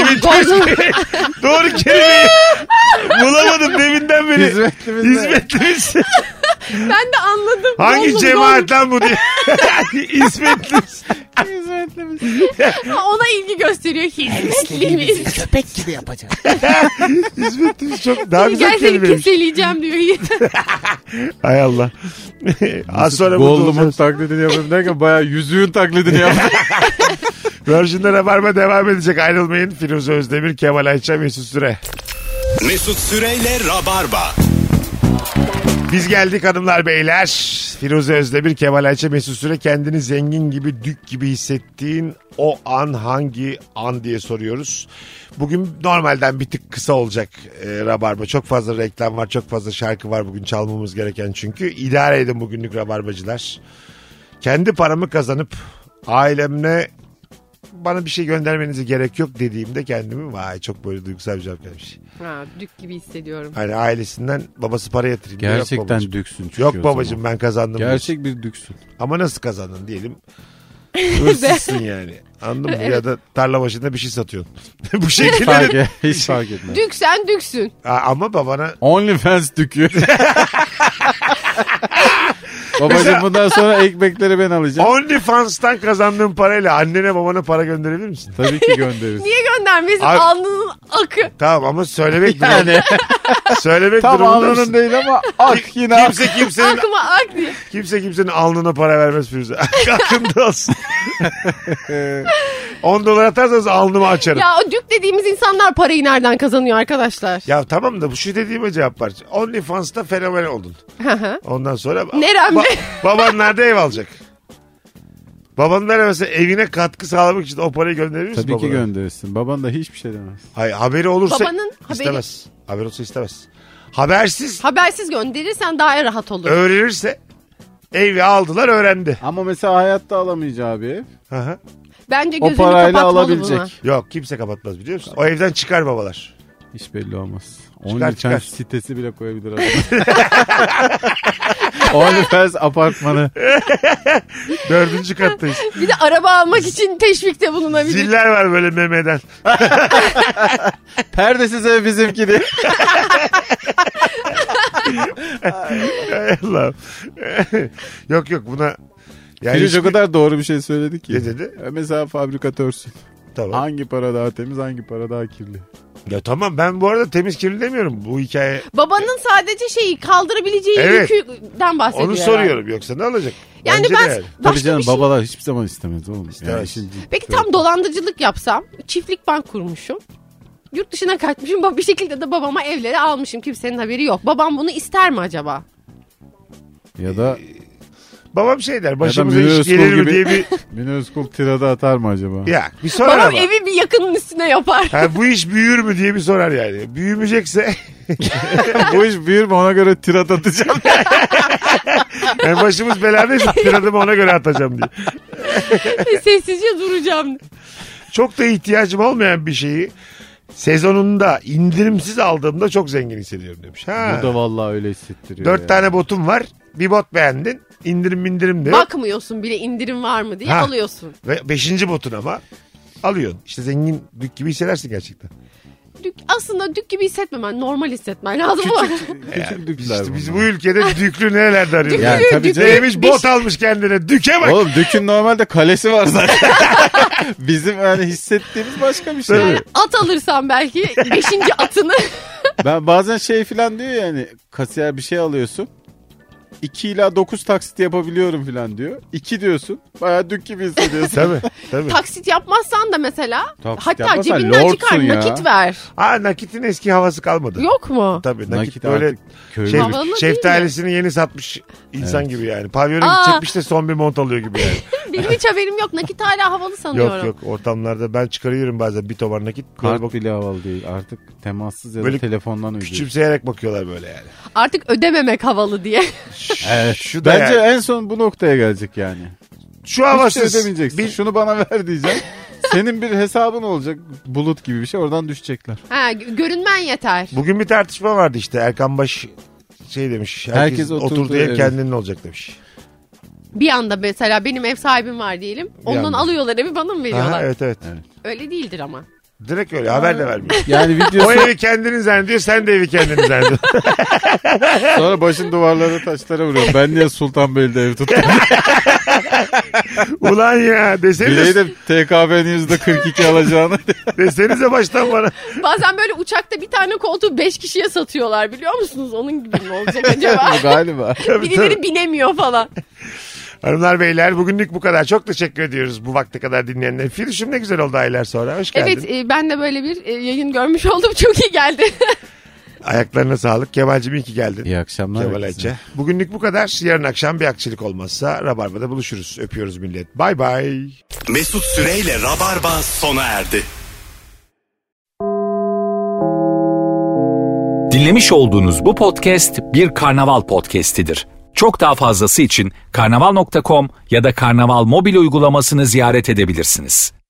Doğru kelimeyi bulamadım deminden beri. Hizmetlimiz. Hizmetlimiz. Ben de anladım. Hangi Gollum, cemaat lan bu diye. Hizmetlimiz. Ha, ona ilgi gösteriyor. Hizmetlimiz. Köpek gibi yapacağım. Hizmetlimiz çok daha güzel Gel seni kelimeymiş. keseleyeceğim diyor. Hay Allah. Az sonra burada Gollum'un olacağız. taklidini yapayım derken bayağı yüzüğün taklidini yapayım. Virgin'de Rabarba devam edecek. Ayrılmayın. Firuze Özdemir, Kemal Ayça, Mesut Süre. Mesut Süreyle Rabarba. Biz geldik hanımlar beyler. Firuze Özdemir, Kemal Ayça, Mesut Süre. Kendini zengin gibi, dük gibi hissettiğin o an hangi an diye soruyoruz. Bugün normalden bir tık kısa olacak Rabarba. Çok fazla reklam var, çok fazla şarkı var bugün çalmamız gereken çünkü. İdare edin bugünlük Rabarbacılar. Kendi paramı kazanıp ailemle bana bir şey göndermenize gerek yok dediğimde kendimi vay çok böyle duygusal bir cevap gelmiş. Ha, dük gibi hissediyorum. Hani ailesinden babası para yatırayım. diyor. Yok Gerçekten babacığım. düksün çıkıyor. Yok babacığım ben kazandım. diyorsun. Gerçek bir düksün. Ama nasıl kazandın diyelim. Hırsızsın yani. Anladın mı? Ya da tarla başında bir şey satıyorsun. Bu şekilde. Hiç fark etmez. Dük sen düksün. Ama babana OnlyFans dükü. Babacığım bundan sonra ekmekleri ben alacağım. OnlyFans'tan kazandığın parayla annene babana para gönderebilir misin? Tabii ki göndeririz. Niye göndermesin? Abi- Alnının akı. Tamam ama söylemek Yani söylemek tam durumunda alnının mısın? değil ama ak yine ak. Kimsenin Akıma ak diye. kimsenin alnına para vermez Firuze. Aklında olsun. 10 dolar atarsanız alnımı açarım. Ya o dük dediğimiz insanlar parayı nereden kazanıyor arkadaşlar? Ya tamam da bu şu dediğime cevap var. OnlyFans'ta fenomen oldun. Ondan sonra Nerem be? baban nerede ev alacak? Babanın mesela evine katkı sağlamak için o parayı gönderir misin Tabii ki babana? gönderirsin. Baban da hiçbir şey demez. Hayır haberi olursa Babanın haberi- istemez. Haber olsa istemez. Habersiz Habersiz gönderirsen daha rahat olur. öğrenirse evi aldılar öğrendi. Ama mesela hayatta alamayacağı bir ev. Hı hı. Bence O gözünü parayla kapatmalı alabilecek. buna. Yok kimse kapatmaz biliyor musun? O evden çıkar babalar. Hiç belli olmaz. Çıkar, OnlyFans çıkar. sitesi bile koyabilir adam. OnlyFans apartmanı. 4. kattayız. Bir de araba almak için teşvikte bulunabilir. Ziller var böyle memeden. Perdesiz ev bizimki diye. Hay Allah'ım. Yok buna yani Filiz o kadar doğru bir şey söyledi ki. Ne dedi? Mesela fabrikatörsün. Tamam. Hangi para daha temiz, hangi para daha kirli? Ya tamam ben bu arada temiz kirli demiyorum. Bu hikaye Babanın sadece şeyi kaldırabileceği Evet. yüküden bahsediyor. onu herhalde. soruyorum yoksa ne olacak? Yani Bence ben de yani. Tabii başka canım bir şey... babalar hiçbir zaman istemez oğlum. İstemez. Yani şimdi Peki tam dolandırıcılık yapsam, çiftlik bank kurmuşum. Yurt dışına kaçmışım. Bir şekilde de babama evleri almışım. Kimsenin haberi yok. Babam bunu ister mi acaba? Ya da Babam şey der, başımıza Münir iş Özkul gelir mi gibi- diye bir Münir Özkul tirada atar mı acaba? ya bir sorar Babam ama. evi bir yakının üstüne yapar. Ha, bu iş büyür mü diye bir sorar yani. Büyümeyecekse Bu iş büyür mü ona göre tirat atacağım. yani başımız beladaysa tiradımı ona göre atacağım diye. Sessizce duracağım. Çok da ihtiyacım olmayan bir şeyi sezonunda indirimsiz aldığımda çok zengin hissediyorum demiş. Ha. Bu da vallahi öyle hissettiriyor. 4 ya. tane botum var. Bir bot beğendin. İndirim de yok. Bakmıyorsun bile indirim var mı diye Ha. alıyorsun. Ve 5. botun ama alıyorsun. İşte zengin dük gibi hissedersin gerçekten. Aslında dük gibi hissetmemen, normal hissetmen lazım. Küçük dükler İşte biz bunlar. bu ülkede düklü nerelerde arıyoruz. Yani tabii canım. Neymiş bot almış kendine. Düke bak. Oğlum Dük'ün normalde kalesi var zaten. Bizim yani hissettiğimiz başka bir şey. Yani at alırsan belki 5. atını. Ben bazen şey falan diyor yani kasiyer bir şey alıyorsun. 2 ila 9 taksit yapabiliyorum falan diyor. 2 diyorsun. Bayağı Dük gibi hissediyorsun. Tabii. Taksit yapmazsan da mesela Taksit hatta yapmazsan cebinden lordsun çıkar ya. nakit ver. Aa, nakitin eski havası kalmadı. Yok mu? Tabii nakit, Nakit böyle artık köylü. şey, Havalı değil şeftalisini yeni satmış insan gibi yani. Pavyona Aa. gidecekmiş de son bir mont alıyor gibi yani. Benim hiç haberim yok. Nakit hala havalı sanıyorum. Yok ortamlarda ben çıkarıyorum bazen bir tovar nakit. Böyle Kart bile havalı değil. Artık temassız ya da Böyle telefondan ödüyor. küçümseyerek bakıyorlar böyle yani. Artık ödememek havalı diye. Evet. Şu da Bence yani. en son bu noktaya gelecek yani. Şu Hiçbir şey havasız. ödemeyeceksin. Bir, Şunu bana ver diyeceğim. Senin bir hesabın olacak. Bulut gibi bir şey. Oradan düşecekler. Ha, görünmen yeter. bugün bir tartışma vardı işte. Erkan Baş şey demiş. Herkes oturduğu ev evet. kendinin olacak demiş. Bir anda mesela benim ev sahibim var diyelim. Ondan anda. alıyorlar evi bana mı veriyorlar? Aha, evet. Öyle değildir ama. Direkt öyle haber de vermiyor. Yani O videosu evi kendinin zannediyor, sen de evi kendinin zannediyorsun. sonra başın duvarlara taşlara vuruyor. Ben niye Sultanbeyli'de ev tuttum? Ulan ya Bileydim TKB'nin %42 alacağını. desenize baştan bana. Bazen böyle uçakta bir tane koltuğu 5 kişiye satıyorlar biliyor musunuz? Onun gibi mi olacak acaba? Galiba. Birileri binemiyor falan. Hanımlar beyler bugünlük bu kadar. Çok teşekkür ediyoruz bu vakte kadar dinleyenler. Firuş'um ne güzel oldu aylar sonra. Hoş geldin. Evet ben de böyle bir yayın görmüş oldum. Çok iyi geldi. Ayaklarına sağlık. Kemal'cim iyi ki geldin. İyi akşamlar. Kemal Ayça. Bugünlük bu kadar. Yarın akşam bir aksilik olmazsa Rabarba'da buluşuruz. Öpüyoruz millet. Bay bay. Mesut Süreyle Rabarba sona erdi. Dinlemiş olduğunuz bu podcast bir karnaval podcastidir. Çok daha fazlası için karnaval.com ya da karnaval mobil uygulamasını ziyaret edebilirsiniz.